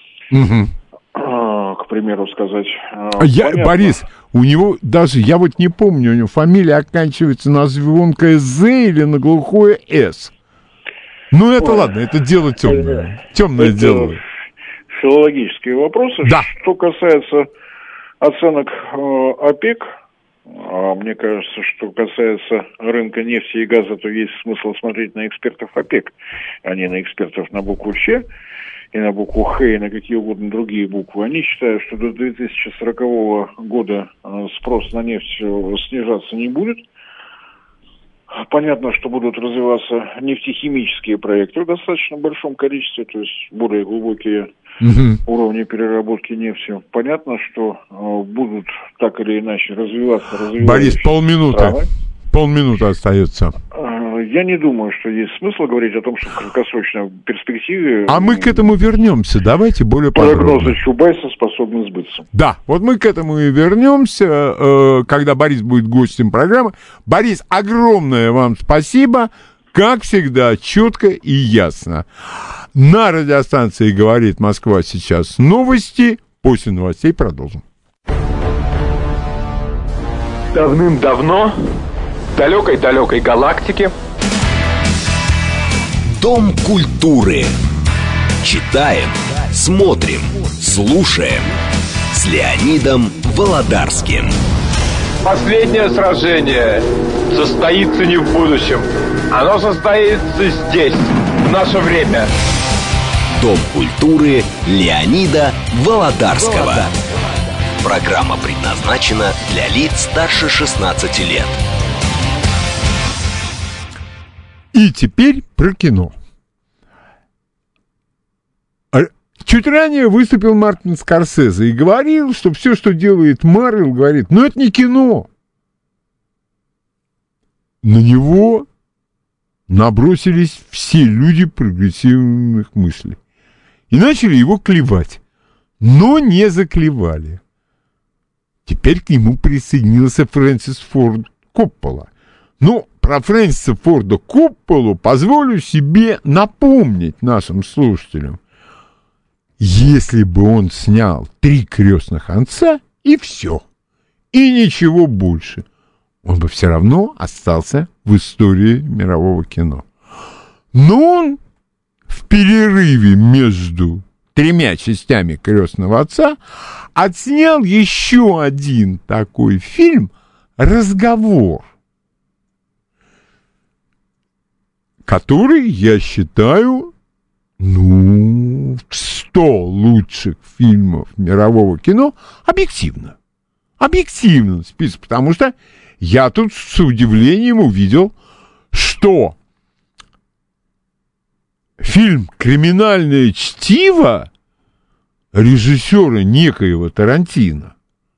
К примеру, сказать. Борис, у него даже, я вот не помню, у него фамилия оканчивается на звонкое «З» или на глухое «С». Ну, это ладно, это дело темное. Темное дело. Филологические вопросы. Да. Что касается оценок ОПЕК, мне кажется, что касается рынка нефти и газа, то есть смысл смотреть на экспертов ОПЕК, а не на экспертов на букву «Ч» и на букву «Х» и на какие угодно другие буквы. Они считают, что до 2040 года спрос на нефть снижаться не будет. Понятно, что будут развиваться нефтехимические проекты в достаточно большом количестве, то есть более глубокие уровни переработки нефти. Понятно, что будут так или иначе развиваться. Борис, полминуты остается. Я не думаю, что есть смысл говорить о том, что в краткосрочной перспективе... А мы к этому вернемся, давайте более подробно. Прогнозы Чубайса способны сбыться. Да, вот мы к этому и вернемся, когда Борис будет гостем программы. Борис, огромное вам спасибо, как всегда, четко и ясно. На радиостанции «Говорит Москва» сейчас новости, после новостей продолжим. Давным-давно в далекой-далекой галактике Дом культуры. Читаем, смотрим, слушаем с Леонидом Володарским. последнее сражение состоится не в будущем. Оно состоится здесь, в наше время. Дом культуры Леонида Володарского. Программа предназначена для лиц старше 16 лет. И теперь про кино. Чуть ранее выступил Мартин Скорсезе и говорил, что все, что делает Марвел, говорит, ну это не кино. На него набросились все люди прогрессивных мыслей и начали его клевать, но не заклевали. Теперь к нему присоединился Фрэнсис Форд Коппола. Но про Фрэнсиса Форда Копполу позволю себе напомнить нашим слушателям. Если бы он снял «Три крестных отца» и все, и ничего больше, он бы все равно остался в истории мирового кино. Но он в перерыве между 3 частями «Крестного отца» отснял еще один такой фильм «Разговор», который, я считаю, 100 лучших фильмов мирового кино объективно. Объективно список, потому что я тут с удивлением увидел, что фильм «Криминальное чтиво» режиссера некоего Тарантино.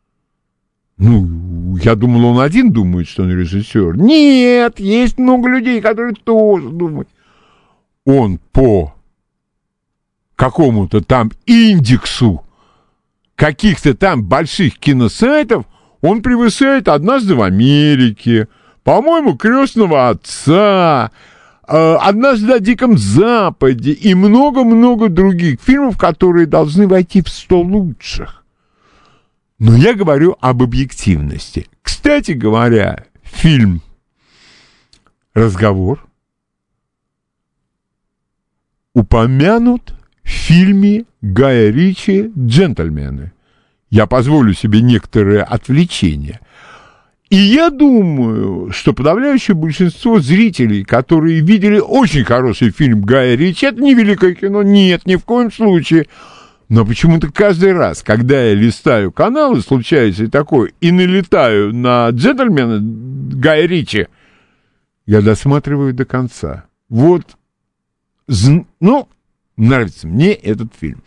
Я думал, он один думает, что он режиссер. Нет, есть много людей, которые тоже думают. Он по какому-то там индексу каких-то там больших киносайтов, он превышает «Однажды в Америке», по-моему, «Крестного отца», «Однажды на Диком Западе» и много-много других фильмов, которые должны войти в 100 лучших. Но я говорю об объективности. Кстати говоря, фильм «Разговор» упомянут в фильме Гая Ричи «Джентльмены». Я позволю себе некоторое отвлечение. И я думаю, что подавляющее большинство зрителей, которые видели очень хороший фильм Гая Ричи, это не великое кино, нет, ни в коем случае. Но почему-то каждый раз, когда я листаю каналы, случается и такое, и налетаю на «Джентльмена» Гая Ричи, я досматриваю до конца. Вот, нравится мне этот фильм.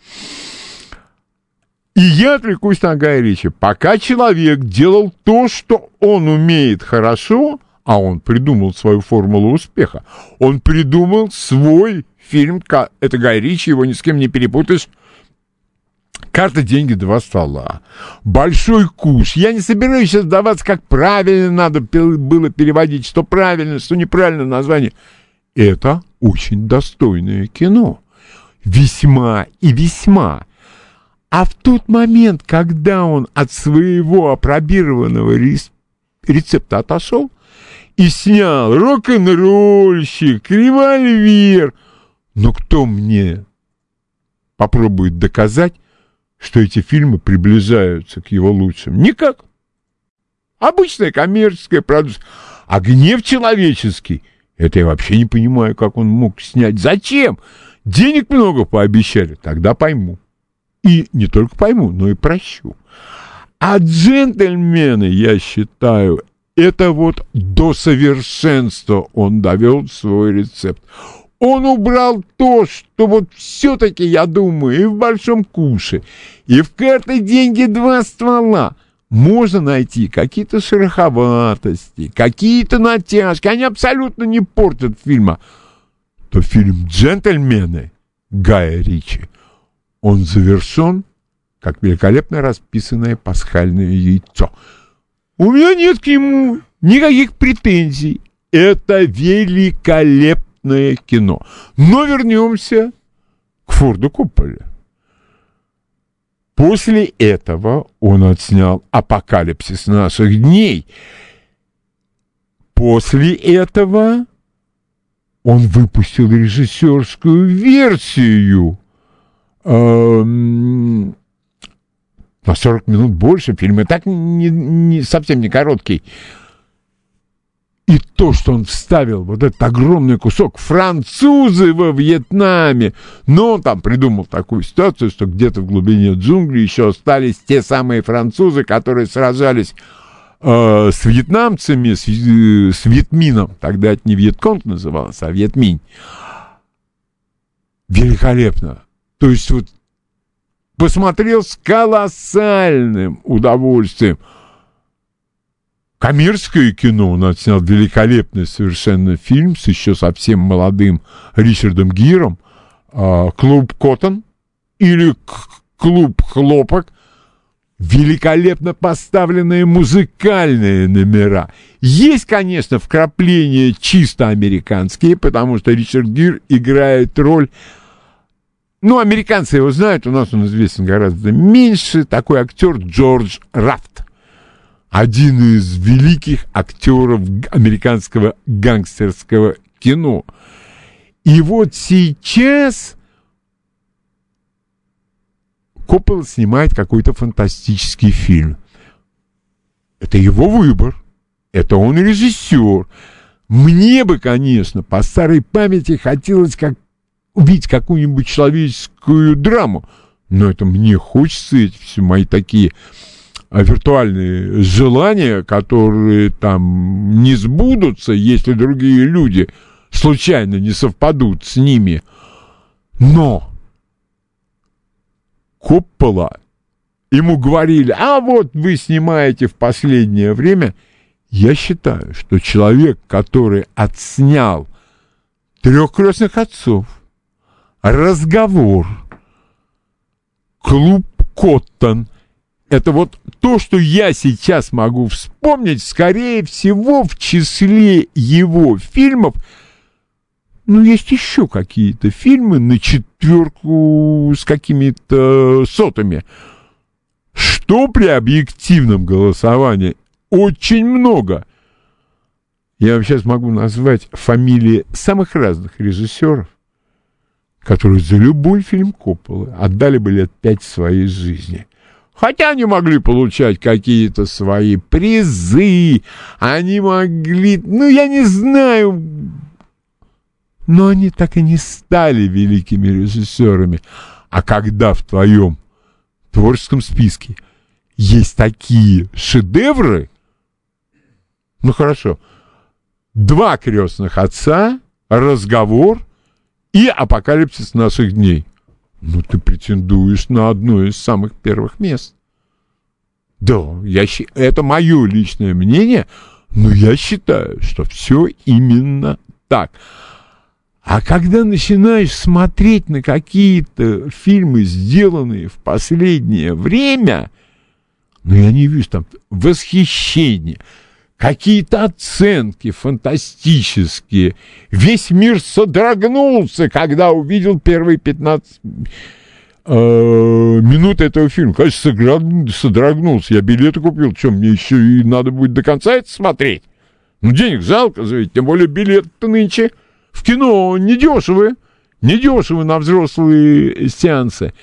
И я отвлекусь на Гая Ричи. Пока человек делал то, что он умеет хорошо, а он придумал свою формулу успеха, он придумал свой фильм, это Гай Ричи, его ни с кем не перепутаешь, «Карта, деньги, 2 ствола», «Большой куш». Я не собираюсь сейчас даваться, как правильно надо было переводить, что правильно, что неправильно название. Это очень достойное кино. Весьма и весьма. А в тот момент, когда он от своего апробированного рецепта отошел и снял «Рок-н-ролльщик», «Револьвер», но кто мне попробует доказать, что эти фильмы приближаются к его лучшим? Никак. Обычная коммерческая продукция. А «Гнев человеческий» — это я вообще не понимаю, как он мог снять. Зачем? Денег много пообещали. Тогда пойму. И не только пойму, но и прощу. А «Джентльмены», я считаю, это вот до совершенства он довел свой рецепт. Он убрал то, что вот все-таки, я думаю, и в «Большом куше», и в «Карты, деньги, 2 ствола» можно найти какие-то шероховатости, какие-то натяжки. Они абсолютно не портят фильма. То фильм «Джентльмены» Гая Ричи, он завершен, как великолепно расписанное пасхальное яйцо. У меня нет к нему никаких претензий. Это великолепное кино. Но вернемся к Форду Копполе. После этого он отснял «Апокалипсис наших дней». После этого он выпустил режиссерскую версию на 40 минут больше. Фильм и так совсем не короткий. И то, что он вставил вот этот огромный кусок «Французы во Вьетнаме», но он там придумал такую ситуацию, что где-то в глубине джунглей еще остались те самые французы, которые сражались с вьетнамцами, с Вьетмином. Тогда это не Вьетконг назывался, а Вьетминь. Великолепно. То есть вот посмотрел с колоссальным удовольствием. Коммерческое кино. Он отснял великолепный совершенно фильм с еще совсем молодым Ричардом Гиром. «Клуб Коттон» или «Клуб Хлопок». Великолепно поставленные музыкальные номера. Есть, конечно, вкрапления чисто американские, потому что Ричард Гир играет роль... Ну, американцы его знают, у нас он известен гораздо меньше. Такой актер Джордж Рафт. Один из великих актеров американского гангстерского кино. И вот сейчас Коппола снимает какой-то фантастический фильм. Это его выбор. Это он режиссер. Мне бы, конечно, по старой памяти хотелось увидеть какую-нибудь человеческую драму. Но это мне хочется, эти все мои такие виртуальные желания, которые там не сбудутся, если другие люди случайно не совпадут с ними. Но Коппола, ему говорили, а вот вы снимаете в последнее время. Я считаю, что человек, который отснял «Трех крестных отцов», «Разговор», «Клуб Коттон», это вот то, что я сейчас могу вспомнить, скорее всего, в числе его фильмов. Ну, есть еще какие-то фильмы на четверку с какими-то сотами. Что при объективном голосовании очень много. Я вам сейчас могу назвать фамилии самых разных режиссеров, которые за любой фильм Копполы отдали бы лет 5 своей жизни. Хотя они могли получать какие-то свои призы, они могли, ну, я не знаю, но они так и не стали великими режиссерами. А когда в твоем творческом списке есть такие шедевры, ну, хорошо, «Два крестных отца», «Разговор» и «Апокалипсис наших дней». Ну, ты претендуешь на одно из самых первых мест. Да, это мое личное мнение, но я считаю, что все именно так. А когда начинаешь смотреть на какие-то фильмы, сделанные в последнее время, ну, я не вижу там восхищения, какие-то оценки фантастические. Весь мир содрогнулся, когда увидел первые 15 минут этого фильма. Конечно, содрогнулся. Я билеты купил. Что, мне еще и надо будет до конца это смотреть? Ну, денег жалко, тем более билеты нынче в кино недешевые. Недешевые на взрослые сеансы.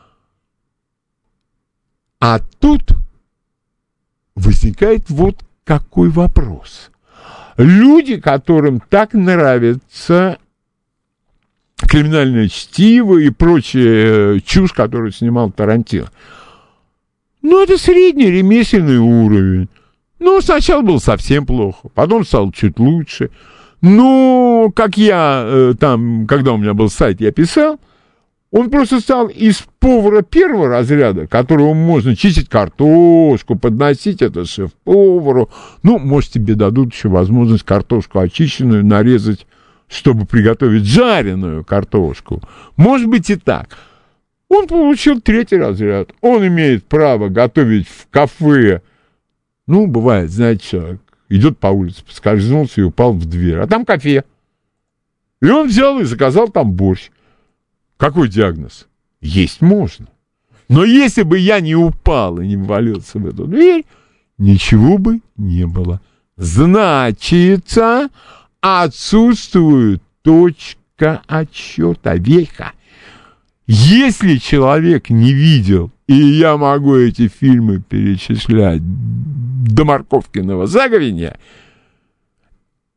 А тут возникает вот какой вопрос. Люди, которым так нравится «Криминальное чтиво» и прочая чушь, которую снимал Тарантино, ну, это средний ремесленный уровень. Ну, сначала было совсем плохо, потом стало чуть лучше. Ну, как я там, когда у меня был сайт, я писал, он просто стал из повара первого разряда, которого можно чистить картошку, подносить это шеф-повару. Ну, может, тебе дадут еще возможность картошку очищенную нарезать, чтобы приготовить жареную картошку. Может быть и так. Он получил третий разряд. Он имеет право готовить в кафе. Ну, бывает, знаете, человек идет по улице, поскользнулся и упал в дверь. А там кафе. И он взял и заказал там борщ. Какой диагноз? Есть можно. Но если бы я не упал и не ввалился в эту дверь, ничего бы не было. Значится, отсутствует точка отсчета, веха. Если человек не видел, и я могу эти фильмы перечислять до морковкиного заговенья,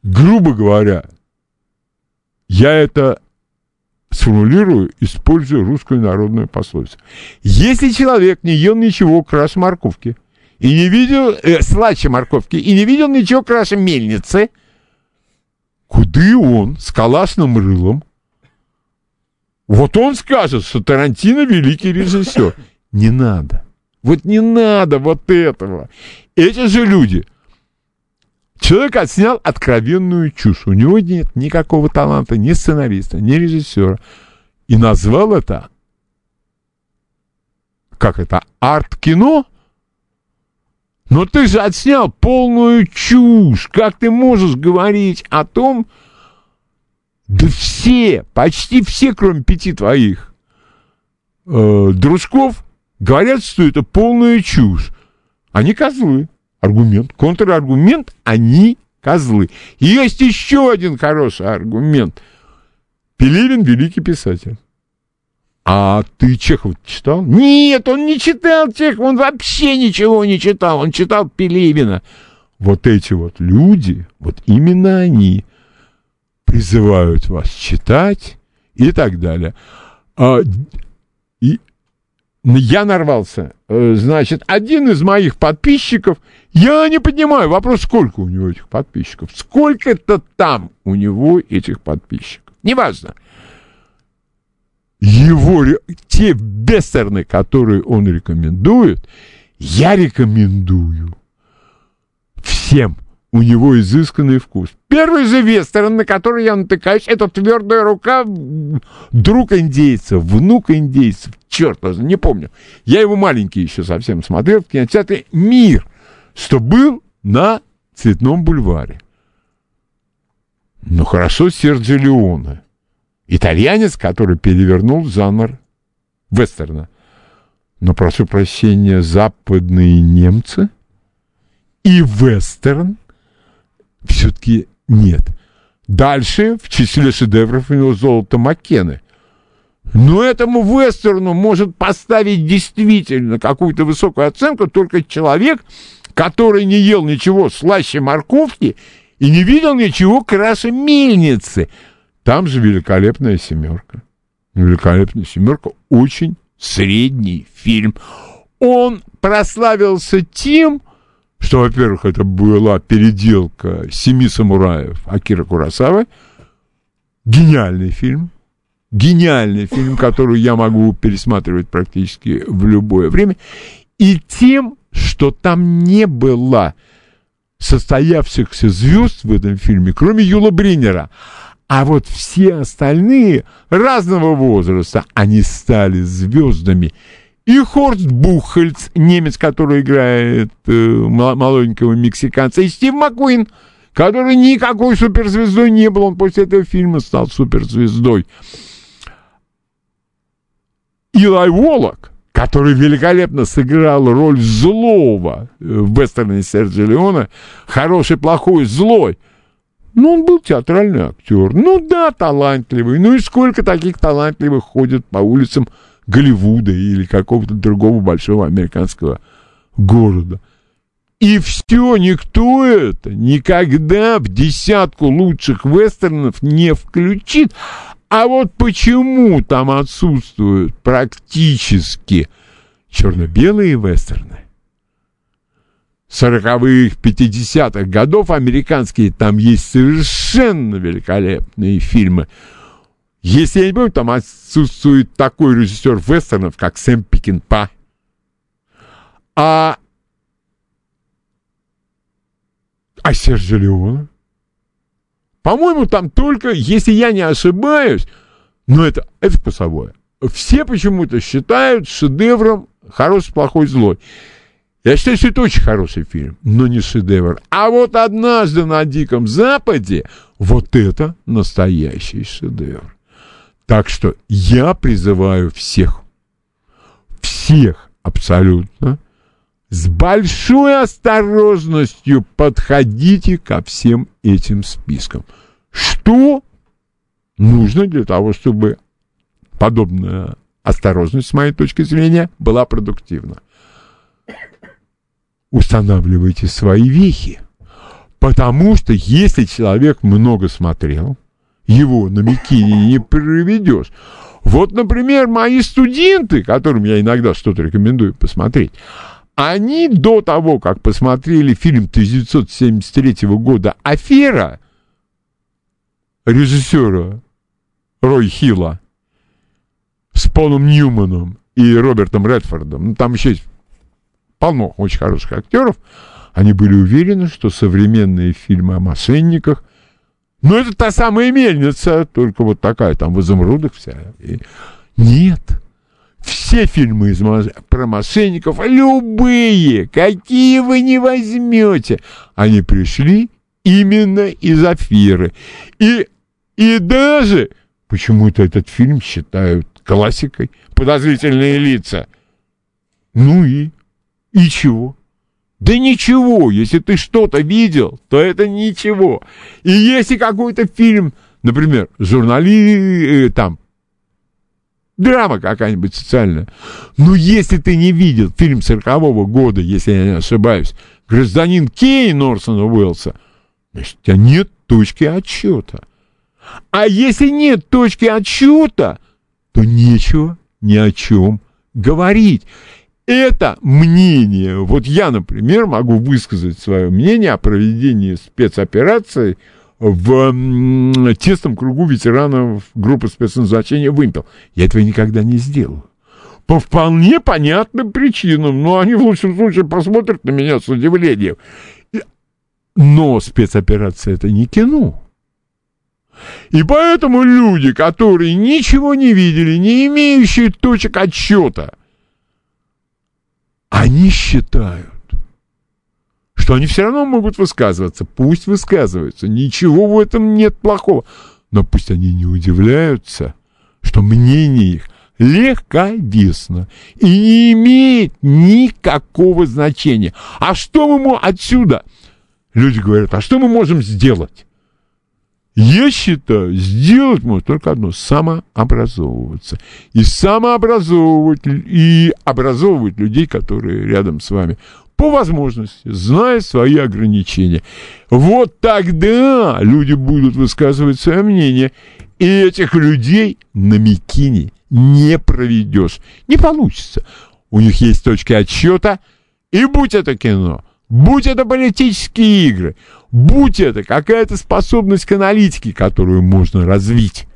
грубо говоря, я это сформулирую, используя русскую народную пословицу. Если человек не ел ничего краше морковки, и не видел, слаще морковки, и не видел ничего краше мельницы, куды он с калашным рылом, вот он скажет, что Тарантино великий режиссер. Не надо. Вот не надо вот этого. Эти же люди. Человек отснял откровенную чушь. У него нет никакого таланта, ни сценариста, ни режиссера. И назвал это, как это, арт-кино? Но ты же отснял полную чушь. Как ты можешь говорить о том, да все, почти все, кроме 5 твоих дружков, говорят, что это полная чушь. Они козлы. Аргумент, контраргумент, они козлы. И есть еще один хороший аргумент. Пелевин — великий писатель. А ты Чехова читал? Нет, он не читал Чехова, он вообще ничего не читал, он читал Пелевина. Вот эти вот люди, вот именно они призывают вас читать и так далее. И я нарвался. Значит, один из моих подписчиков, я не понимаю, вопрос, сколько у него этих подписчиков, сколько-то там у него этих подписчиков, неважно. Те вестерны, которые он рекомендует, я рекомендую всем. У него изысканный вкус. Первый же вестерн, на который я натыкаюсь, это «Твердая рука», друг индейцев, внук индейцев, черт, не помню. Я его маленький еще совсем смотрел в кинотеатре «Мир», что был на Цветном бульваре. Ну, хорошо, Серджио Леоне. Итальянец, который перевернул жанр вестерна. Но, прошу прощения, западные немцы и вестерн все-таки нет. Дальше в числе шедевров у него «Золото Маккены». Но этому вестерну может поставить действительно какую-то высокую оценку только человек, который не ел ничего слаще морковки и не видел ничего краше мельницы. Там же «Великолепная семерка». «Великолепная семерка» очень средний фильм. Он прославился тем, что, во-первых, это была переделка «Семи самураев» Акиры Куросавы. Гениальный фильм, который я могу пересматривать практически в любое время. И тем, что там не было состоявшихся звезд в этом фильме, кроме Юла Бриннера. А вот все остальные разного возраста, они стали звездами. И Хорст Бухальц, немец, который играет молоденького мексиканца, и Стив Маккуин, который никакой суперзвездой не был, он после этого фильма стал суперзвездой. Илай Волок, который великолепно сыграл роль злого в вестерне Серджио Леоне, хороший, плохой, злой. Ну, он был театральный актер. Ну да, талантливый. Ну и сколько таких талантливых ходят по улицам Голливуда или какого-то другого большого американского города. И все, никто это никогда в 10 лучших вестернов не включит. А вот почему там отсутствуют практически черно-белые вестерны? 40-х, 50-х годов американские, там есть совершенно великолепные фильмы. Если я не помню, там отсутствует такой режиссер вестернов, как Сэм Пекинпа. А Серджио Леоне? По-моему, там только, если я не ошибаюсь, но это вкусовое. Все почему-то считают шедевром «Хороший, плохой, злой». Я считаю, что это очень хороший фильм, но не шедевр. А вот «Однажды на Диком Западе» вот это настоящий шедевр. Так что я призываю всех абсолютно, с большой осторожностью подходите ко всем этим спискам. Что нужно для того, чтобы подобная осторожность, с моей точки зрения, была продуктивна? Устанавливайте свои вехи. Потому что если человек много смотрел, его на бикини не проведешь. Вот, например, мои студенты, которым я иногда что-то рекомендую посмотреть, они до того, как посмотрели фильм 1973 года «Афера» режиссера Рой Хилла с Полом Ньюманом и Робертом Редфордом, ну, там еще есть полно очень хороших актеров, они были уверены, что современные фильмы о мошенниках, ну, это та самая мельница, только вот такая, там, в изумрудах вся. Нет. Все фильмы про мошенников, любые, какие вы не возьмете, они пришли именно из «Аферы». И даже почему-то этот фильм считают классикой. «Подозрительные лица». Ну и чего? Да ничего, если ты что-то видел, то это ничего. И если какой-то фильм, например, там, драма какая-нибудь социальная, но если ты не видел фильм 40-го года, если я не ошибаюсь, «Гражданин Кейн» Орсона Уэллса, значит, у тебя нет точки отсчета. А если нет точки отсчета, то нечего ни о чем говорить. Это мнение. Вот я, например, могу высказать свое мнение о проведении спецоперации в тесном кругу ветеранов группы спецназначения «Вымпел». Я этого никогда не сделал. По вполне понятным причинам. Но они в лучшем случае посмотрят на меня с удивлением. Но спецоперация — это не кино. И поэтому люди, которые ничего не видели, не имеющие точек отсчета, они считают, что они все равно могут высказываться. Пусть высказываются. Ничего в этом нет плохого. Но пусть они не удивляются, что мнение их легковесно и не имеет никакого значения. А что мы отсюда? Люди говорят, а что мы можем сделать? Я считаю, сделать можно только одно — самообразовываться. И самообразовывать, и образовывать людей, которые рядом с вами, по возможности, зная свои ограничения. Вот тогда люди будут высказывать свое мнение, и этих людей на бикини не проведешь. Не получится. У них есть точки отсчета, и будь это кино, будь это политические игры, будь это какая-то способность к аналитике, которую можно развить,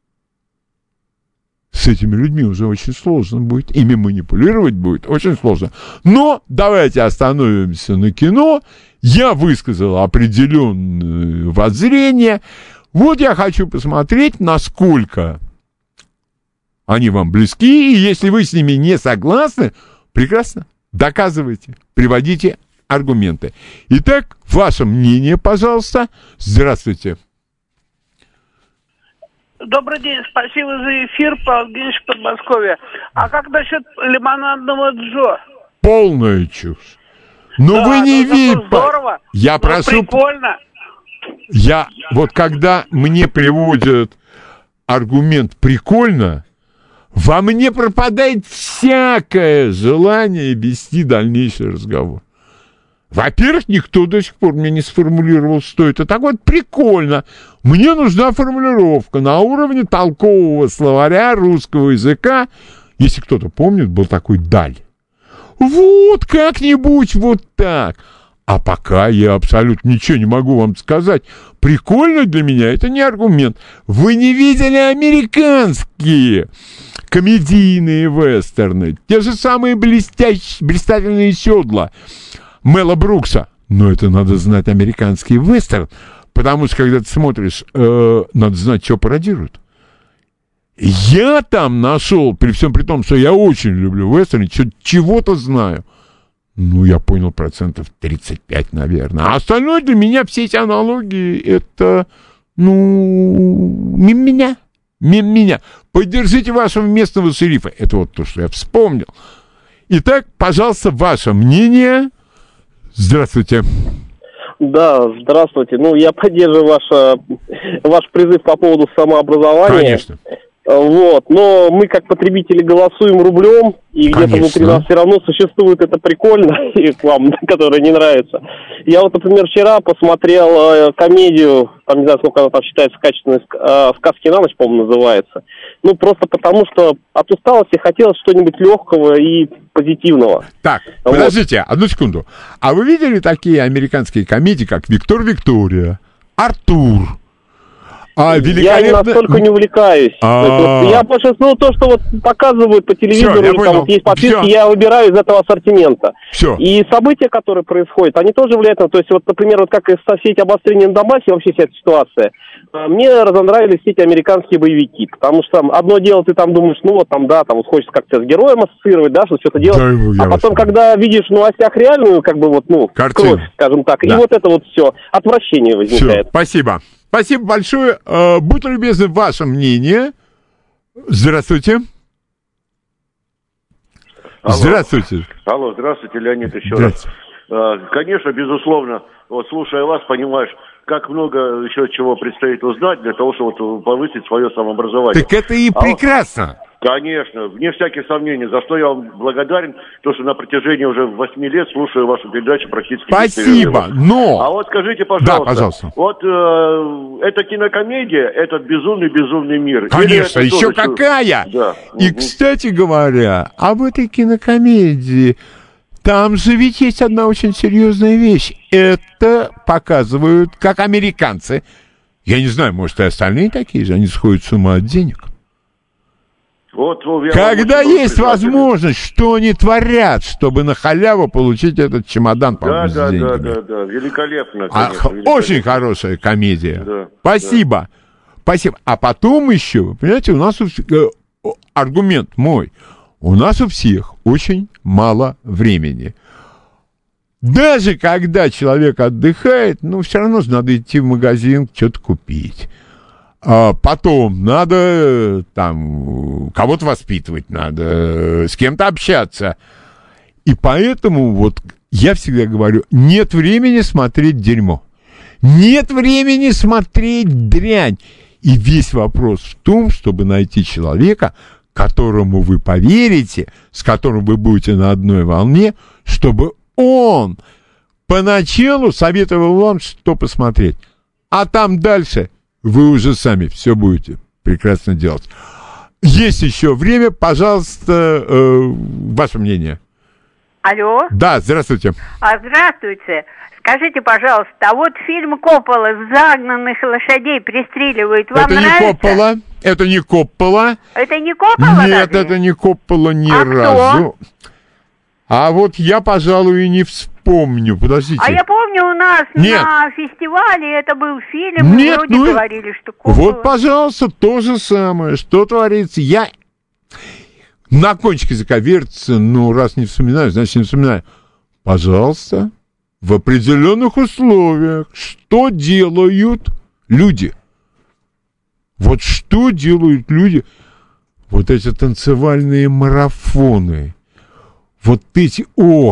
с этими людьми уже очень сложно будет. Ими манипулировать будет очень сложно. Но давайте остановимся на кино. Я высказал определенное воззрение. Вот я хочу посмотреть, насколько они вам близки. И если вы с ними не согласны, прекрасно, доказывайте, приводите аргументы. Итак, ваше мнение, пожалуйста. Здравствуйте. Добрый день, спасибо за эфир, Павел Евгеньевич, Подмосковье. А как насчет лимонадного Джо? Полная чушь. Но да, вы не видите. Здорово. Я прошу. Прикольно. Вот когда мне приводят аргумент «прикольно», во мне пропадает всякое желание вести дальнейший разговор. Во-первых, никто до сих пор мне не сформулировал, что это. Так вот, прикольно. Мне нужна формулировка на уровне толкового словаря русского языка. Если кто-то помнит, был такой «даль». Вот как-нибудь вот так. А пока я абсолютно ничего не могу вам сказать. Прикольно для меня — это не аргумент. Вы не видели американские комедийные вестерны? Те же самые блистательные седла Мела Брукса. Но это надо знать американский вестерн, потому что, когда ты смотришь, надо знать, что пародируют. Я там нашел, при всем при том, что я очень люблю вестерн, чего-то знаю. Ну, я понял 35%, наверное. А остальное для меня, все эти аналогии, это, мимо меня. Поддержите вашего местного шерифа. Это вот то, что я вспомнил. Итак, пожалуйста, ваше мнение. Здравствуйте. Да, здравствуйте. Я поддерживаю ваш призыв по поводу самообразования. Конечно. Вот. Но мы, как потребители, голосуем рублем, и где-то внутри нас все равно существует это прикольно, и реклама, которая не нравится. Я вот, например, вчера посмотрел комедию, там не знаю, сколько она там считается качественной, «Сказки на ночь», по-моему, называется. Ну, просто потому, что от усталости хотелось что-нибудь легкого и позитивного. Так, вот. Подождите, одну секунду. А вы видели такие американские комедии, как «Виктор Виктория», «Артур»? Я настолько не увлекаюсь. Я большинство то, что вот показывают по телевизору, или там вот есть подписки, я выбираю из этого ассортимента. Все. И события, которые происходят, они тоже влияют на то. есть, вот, например, вот как все эти обострения на Донбассе, вообще вся эта ситуация, мне разонравились все эти американские боевики, потому что там одно дело, ты там думаешь, ну вот там, да, там вот хочется как-то с героем ассоциировать, да, что что-то делать, а потом, когда видишь в новостях реальную, как бы вот, ну, кровь, скажем так, и вот это вот все, отвращение возникает. Все, спасибо. Спасибо большое. Будьте любезны, ваше мнение. Здравствуйте. Алло. Здравствуйте. Алло, здравствуйте, Леонид, еще раз. Конечно, безусловно, вот слушая вас, понимаешь, как много еще чего предстоит узнать для того, чтобы вот повысить свое самообразование. Так это и прекрасно. Конечно, вне всяких сомнений. За что я вам благодарен, то, что на протяжении уже 8 лет слушаю вашу передачу практически. Спасибо, но... А вот скажите, пожалуйста, да, пожалуйста. Вот эта кинокомедия, этот безумный мир. Конечно, еще какая! Да. И, кстати говоря, об этой кинокомедии, там же ведь есть одна очень серьезная вещь. Это показывают, как американцы, я не знаю, может, и остальные такие же, они сходят с ума от денег. Вот, когда есть возможность, что они творят, чтобы на халяву получить этот чемодан, по-моему, с деньгами. Да, великолепно, конечно, великолепно. Очень хорошая комедия. Да, спасибо. Да. Спасибо. А потом еще, вы понимаете, у нас аргумент мой. У нас у всех очень мало времени. Даже когда человек отдыхает, ну, все равно надо идти в магазин, что-то купить. А потом надо там кого-то воспитывать, надо с кем-то общаться. И поэтому вот я всегда говорю, нет времени смотреть дерьмо. Нет времени смотреть дрянь. И весь вопрос в том, чтобы найти человека, которому вы поверите, с которым вы будете на одной волне, чтобы он поначалу советовал вам, что посмотреть. А там дальше вы уже сами все будете прекрасно делать. Есть еще время, пожалуйста, ваше мнение. Алло. Да, здравствуйте. Здравствуйте. Скажите, пожалуйста, а вот фильм Коппола «Загнанных лошадей пристреливают» вам нравится? Это не Коппола. Это не Коппола? Нет, это не Коппола ни разу. Кто? А вот я, пожалуй, и не вспомню. Подождите. А я помню, у нас на фестивале это был фильм, и вроде говорили, что Коппола. Вот, пожалуйста, то же самое. Что творится? Я на кончике языка вертится, но раз не вспоминаю, значит, не вспоминаю. Пожалуйста, в определенных условиях, что делают люди? Вот что делают люди? Вот эти танцевальные марафоны. Вот эти,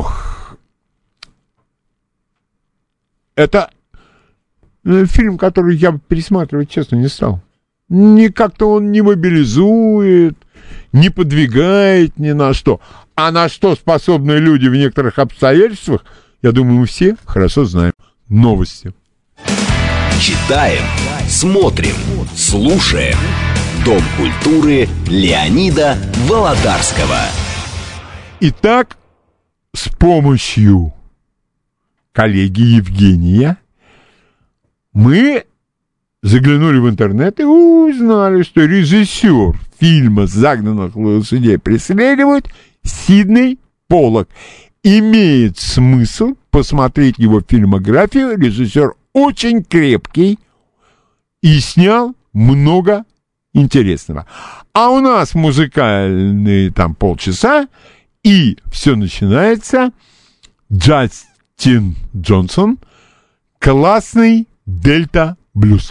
это фильм, который я пересматривать, честно, не стал. Как-то он не мобилизует, не подвигает ни на что. А на что способны люди в некоторых обстоятельствах, я думаю, мы все хорошо знаем. Новости. Читаем, смотрим, слушаем. Дом культуры Леонида Володарского. Итак, с помощью коллеги Евгения мы заглянули в интернет и узнали, что режиссер фильма «Загнанных лошадей преследуют» Сидней Поллак. Имеет смысл посмотреть его фильмографию. Режиссер очень крепкий и снял много интересного. А у нас музыкальные там полчаса. И все начинается. Джастин Джонсон. Классный дельта-блюз.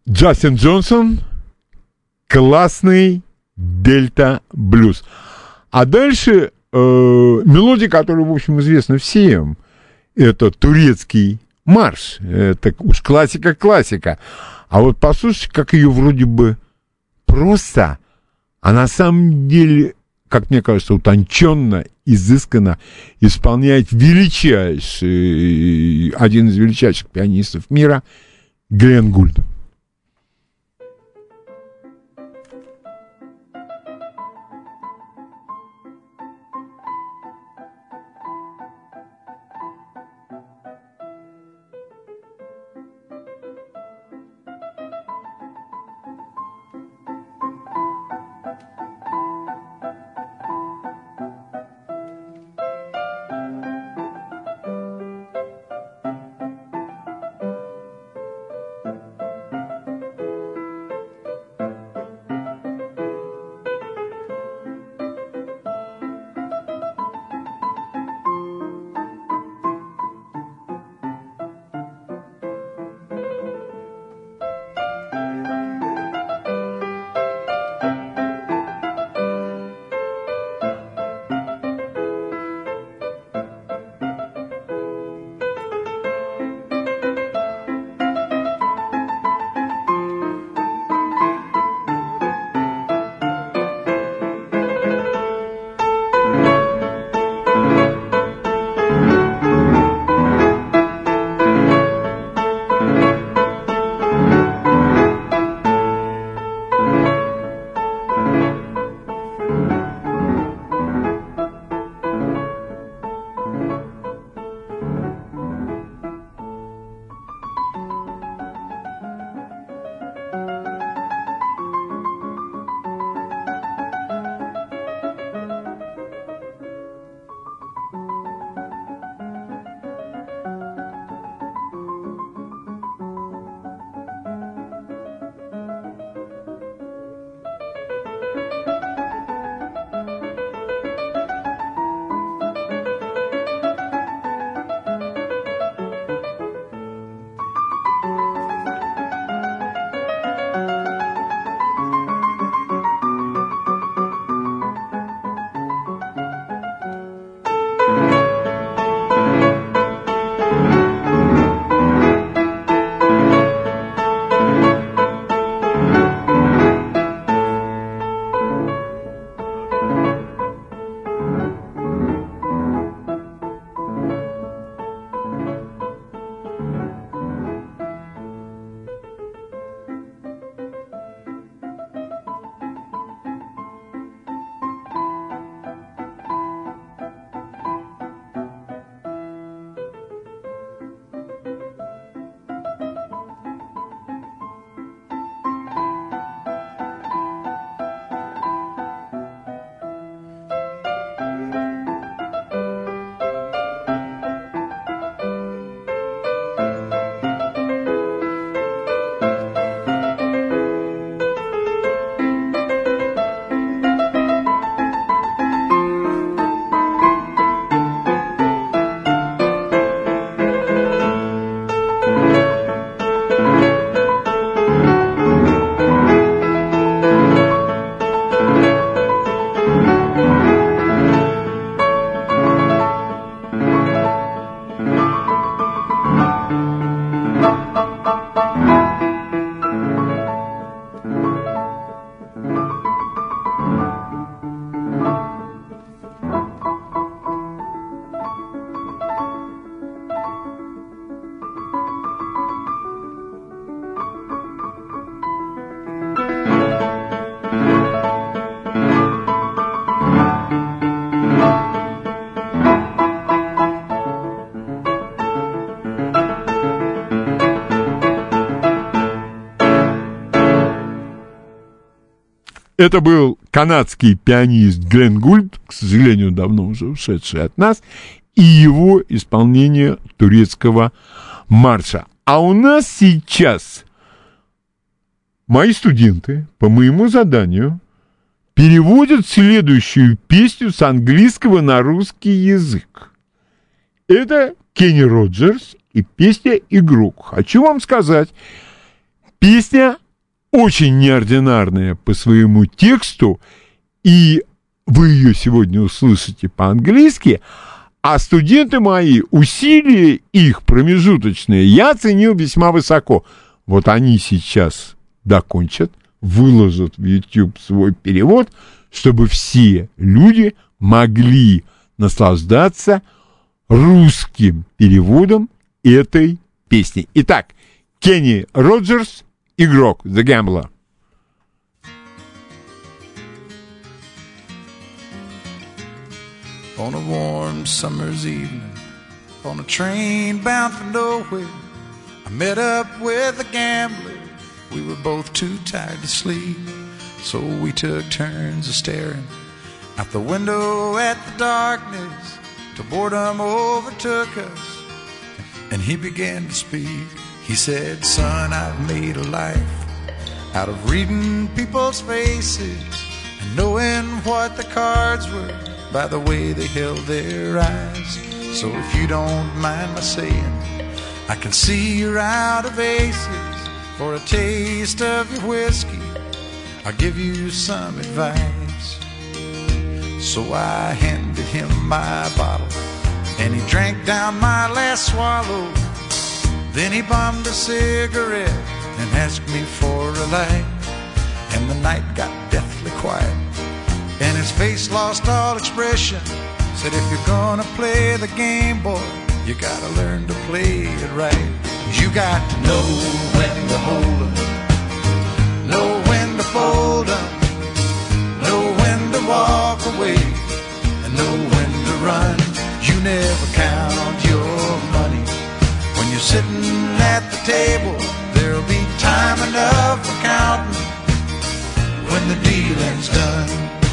Джастин Джонсон, классный дельта-блюз. А дальше мелодия, которая, в общем, известна всем, это турецкий марш. Это уж классика-классика. А вот послушайте, как ее вроде бы просто, а на самом деле, как мне кажется, утонченно, изысканно исполняет величайший, один из величайших пианистов мира Гленн Гульд. Это был канадский пианист Гленн Гульд, к сожалению, давно уже ушедший от нас, и его исполнение турецкого марша. А у нас сейчас мои студенты по моему заданию переводят следующую песню с английского на русский язык. Это Кенни Роджерс и песня «Игрок». Хочу вам сказать, Песня очень неординарная по своему тексту, и вы ее сегодня услышите по-английски, а студенты мои, усилия их промежуточные, я ценил весьма высоко. Вот они сейчас докончат, выложат в YouTube свой перевод, чтобы все люди могли наслаждаться русским переводом этой песни. Итак, Кенни Роджерс, «Игрок», The Gambler. On a warm summer's evening, on a train bound for nowhere, I met up with a gambler. We were both too tired to sleep, so we took turns of staring out the window at the darkness till boredom overtook us, and he began to speak. He said, "Son, I've made a life out of reading people's faces and knowing what the cards were by the way they held their eyes. So if you don't mind my saying, I can see you're out of aces. For a taste of your whiskey, I'll give you some advice." So I handed him my bottle, and he drank down my last swallow. Then he bummed a cigarette and asked me for a light, and the night got deathly quiet, and his face lost all expression. Said, "If you're gonna play the game, boy, you gotta learn to play it right. You got to know when to hold 'em, know when to fold 'em, know when to walk away, and know when to run. You never count your money when you're sitting at the table. There'll be time enough for counting when the dealing's done."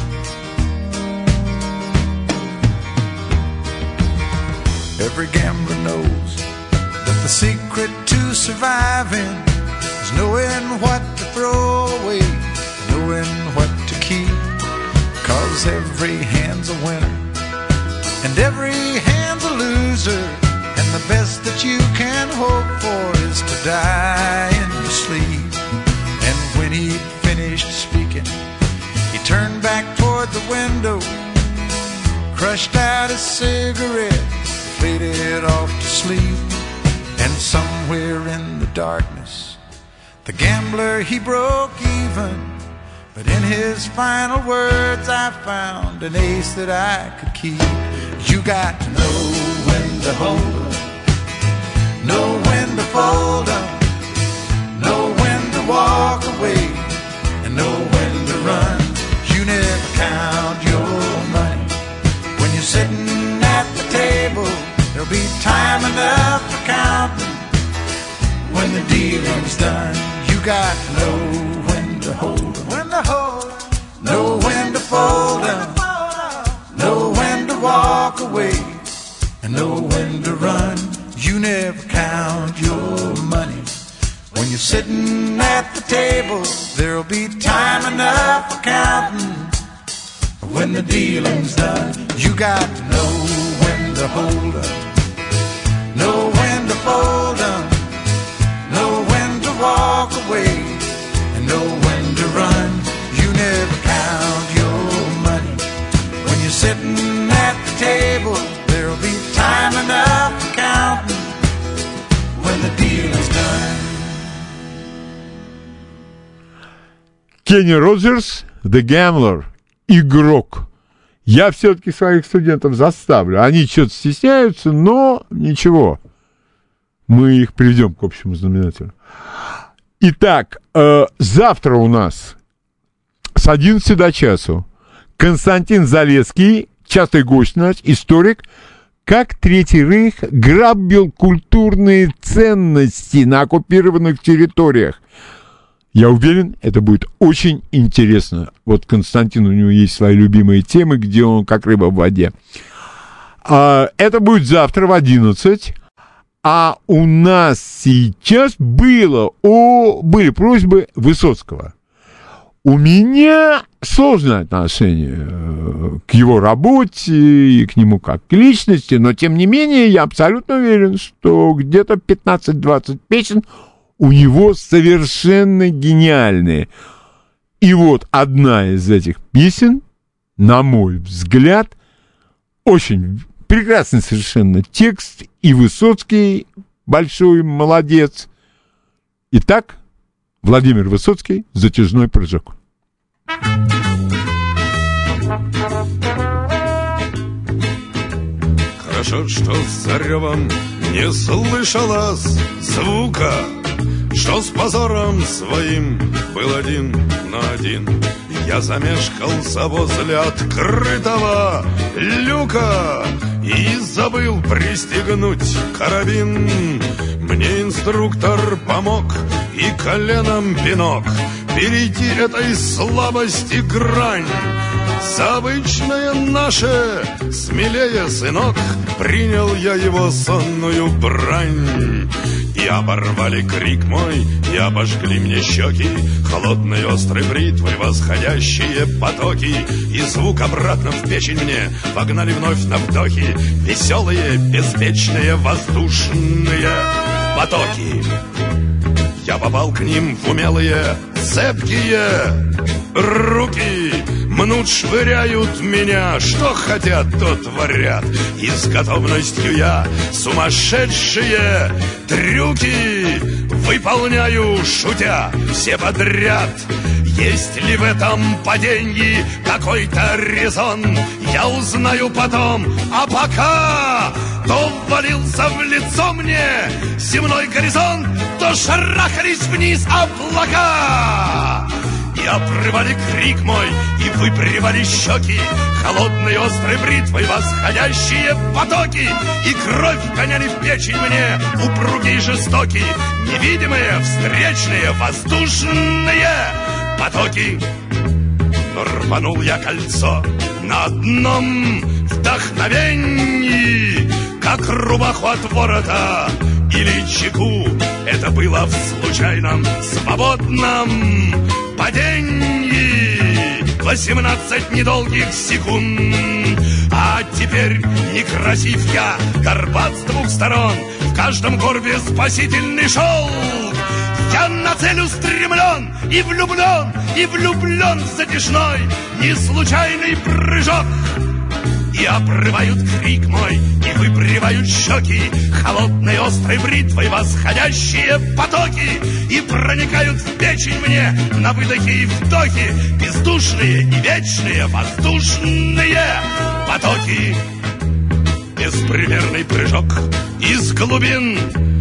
Every gambler knows that the secret to surviving is knowing what to throw away, knowing what to keep. 'Cause every hand's a winner and every hand's a loser, and the best that you can hope for is to die in your sleep. And when he'd finished speaking, he turned back toward the window, crushed out his cigarette, faded off to sleep. And somewhere in the darkness, the gambler, he broke even. But in his final words, I found an ace that I could keep. You got to know when to hold 'em, know when to fold 'em, know when to walk away, and know when to run. You never count your money when you're sitting at the table. There'll be time enough for counting when the dealing's done. You got to know when to hold 'em, when to hold 'em, know when to fold 'em, know when to walk away, and know when to run. You never count your money when you're sitting at the table. There'll be time enough for counting when the dealing's done. You got to know when to hold 'em, know when to fold 'em, know when to walk away, and know when to run. You never count your money when you're sitting at the table. There'll be time enough for counting when the deal is done. Кенни Роджерс, The Gambler, «Игрок». Я все-таки своих студентов заставлю. Они что-то стесняются, но ничего. Мы их приведем к общему знаменателю. Итак, завтра у нас с 11 до часу Константин Залесский, частый гость наш, историк, как Третий Рейх грабил культурные ценности на оккупированных территориях. Я уверен, это будет очень интересно. Вот Константин, у него есть свои любимые темы, где он как рыба в воде. Это будет завтра в 11. А у нас сейчас были просьбы Высоцкого. У меня сложное отношение к его работе и к нему как к личности, но тем не менее я абсолютно уверен, что где-то 15-20 песен у него совершенно гениальные. И вот одна из этих песен, на мой взгляд, очень прекрасный совершенно текст, и Высоцкий большой молодец. Итак, Владимир Высоцкий «Затяжной прыжок». Хорошо, что за ревом не слышалось звука, что с позором своим был один на один. Я замешкался возле открытого люка и забыл пристегнуть карабин. Мне инструктор помог и коленом пинок перейти этой слабости грань. За обычное наше смелее, сынок, принял я его сонную брань. И оборвали крик мой, и обожгли мне щеки холодной острой бритвой восходящие потоки. И звук обратно в печень мне погнали вновь на вдохи веселые, беспечные, воздушные потоки. Я попал к ним в умелые, цепкие руки. Мнут, швыряют меня, что хотят, то творят. И с готовностью я сумасшедшие трюки выполняю, шутя, все подряд. Есть ли в этом падении какой-то резон, я узнаю потом, а пока то ввалился в лицо мне земной горизонт, то шарахались вниз облака. И обрывали крик мой, и выпрямали щеки холодной острой бритвой восходящие потоки. И кровь гоняли в печень мне упругие жестокие, невидимые встречные воздушные потоки. Но рванул я кольцо на одном вдохновении, как рубаху от ворота или чеку. Это было в случайном свободном падении 18 недолгих секунд. А теперь некрасив я, горбат с двух сторон, в каждом горбе спасительный шелк. Я на цель устремлен и влюблен в затяжной неслучайный прыжок. И обрывают крик мой, и выпрямляют щеки холодной острой бритвой восходящие потоки. И проникают в печень мне на выдохе и вдохе бездушные и вечные воздушные потоки. Беспримерный прыжок из глубин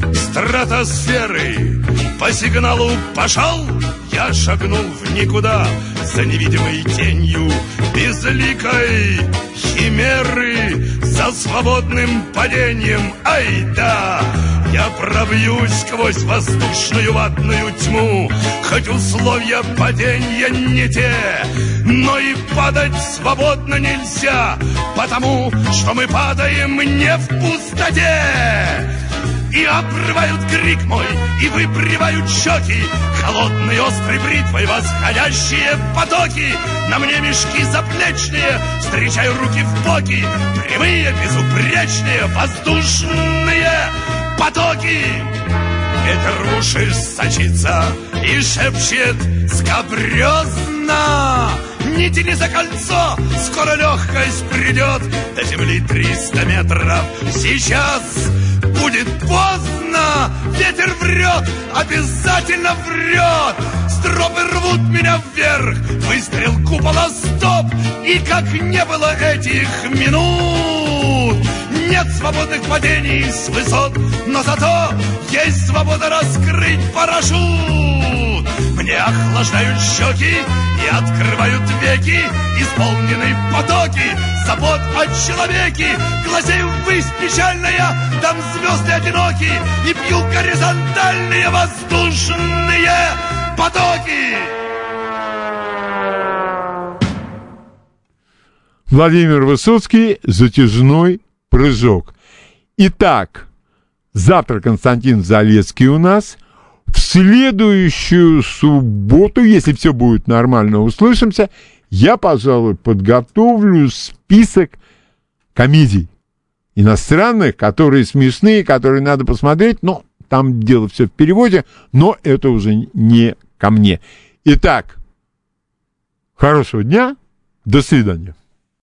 стратосферы. По сигналу пошел, я шагнул в никуда за невидимой тенью безликой химеры, за свободным падением. Ай да, я пробьюсь сквозь воздушную ватную тьму, хоть условия падения не те, но и падать свободно нельзя, потому что мы падаем не в пустоте. И обрывают крик мой, и выпрямляют щеки холодной острой бритвой восходящие потоки. На мне мешки заплечные, встречаю руки в боки, прямые, безупречные, воздушные потоки. Ветер в уши сочится и шепчет скабрезно: не тяни за кольцо, скоро легкость придет. До земли 300 метров, сейчас будет поздно. Ветер врет, обязательно врет. Стропы рвут меня вверх, выстрел купола, стоп. И как не было этих минут, нет свободных падений с высот, но зато есть свобода раскрыть парашют. Мне охлаждают щеки и открывают веки исполненные потоки забот о человеке. Глазею ввысь печальная, там звезды одиноки, и пью горизонтальные воздушные потоки. Владимир Высоцкий «Затяжной прыжок». Итак, завтра Константин Залесский у нас. В следующую субботу, если все будет нормально, услышимся. Я, пожалуй, подготовлю список комедий иностранных, которые смешные, которые надо посмотреть. Но там дело все в переводе, но это уже не ко мне. Итак, хорошего дня, до свидания.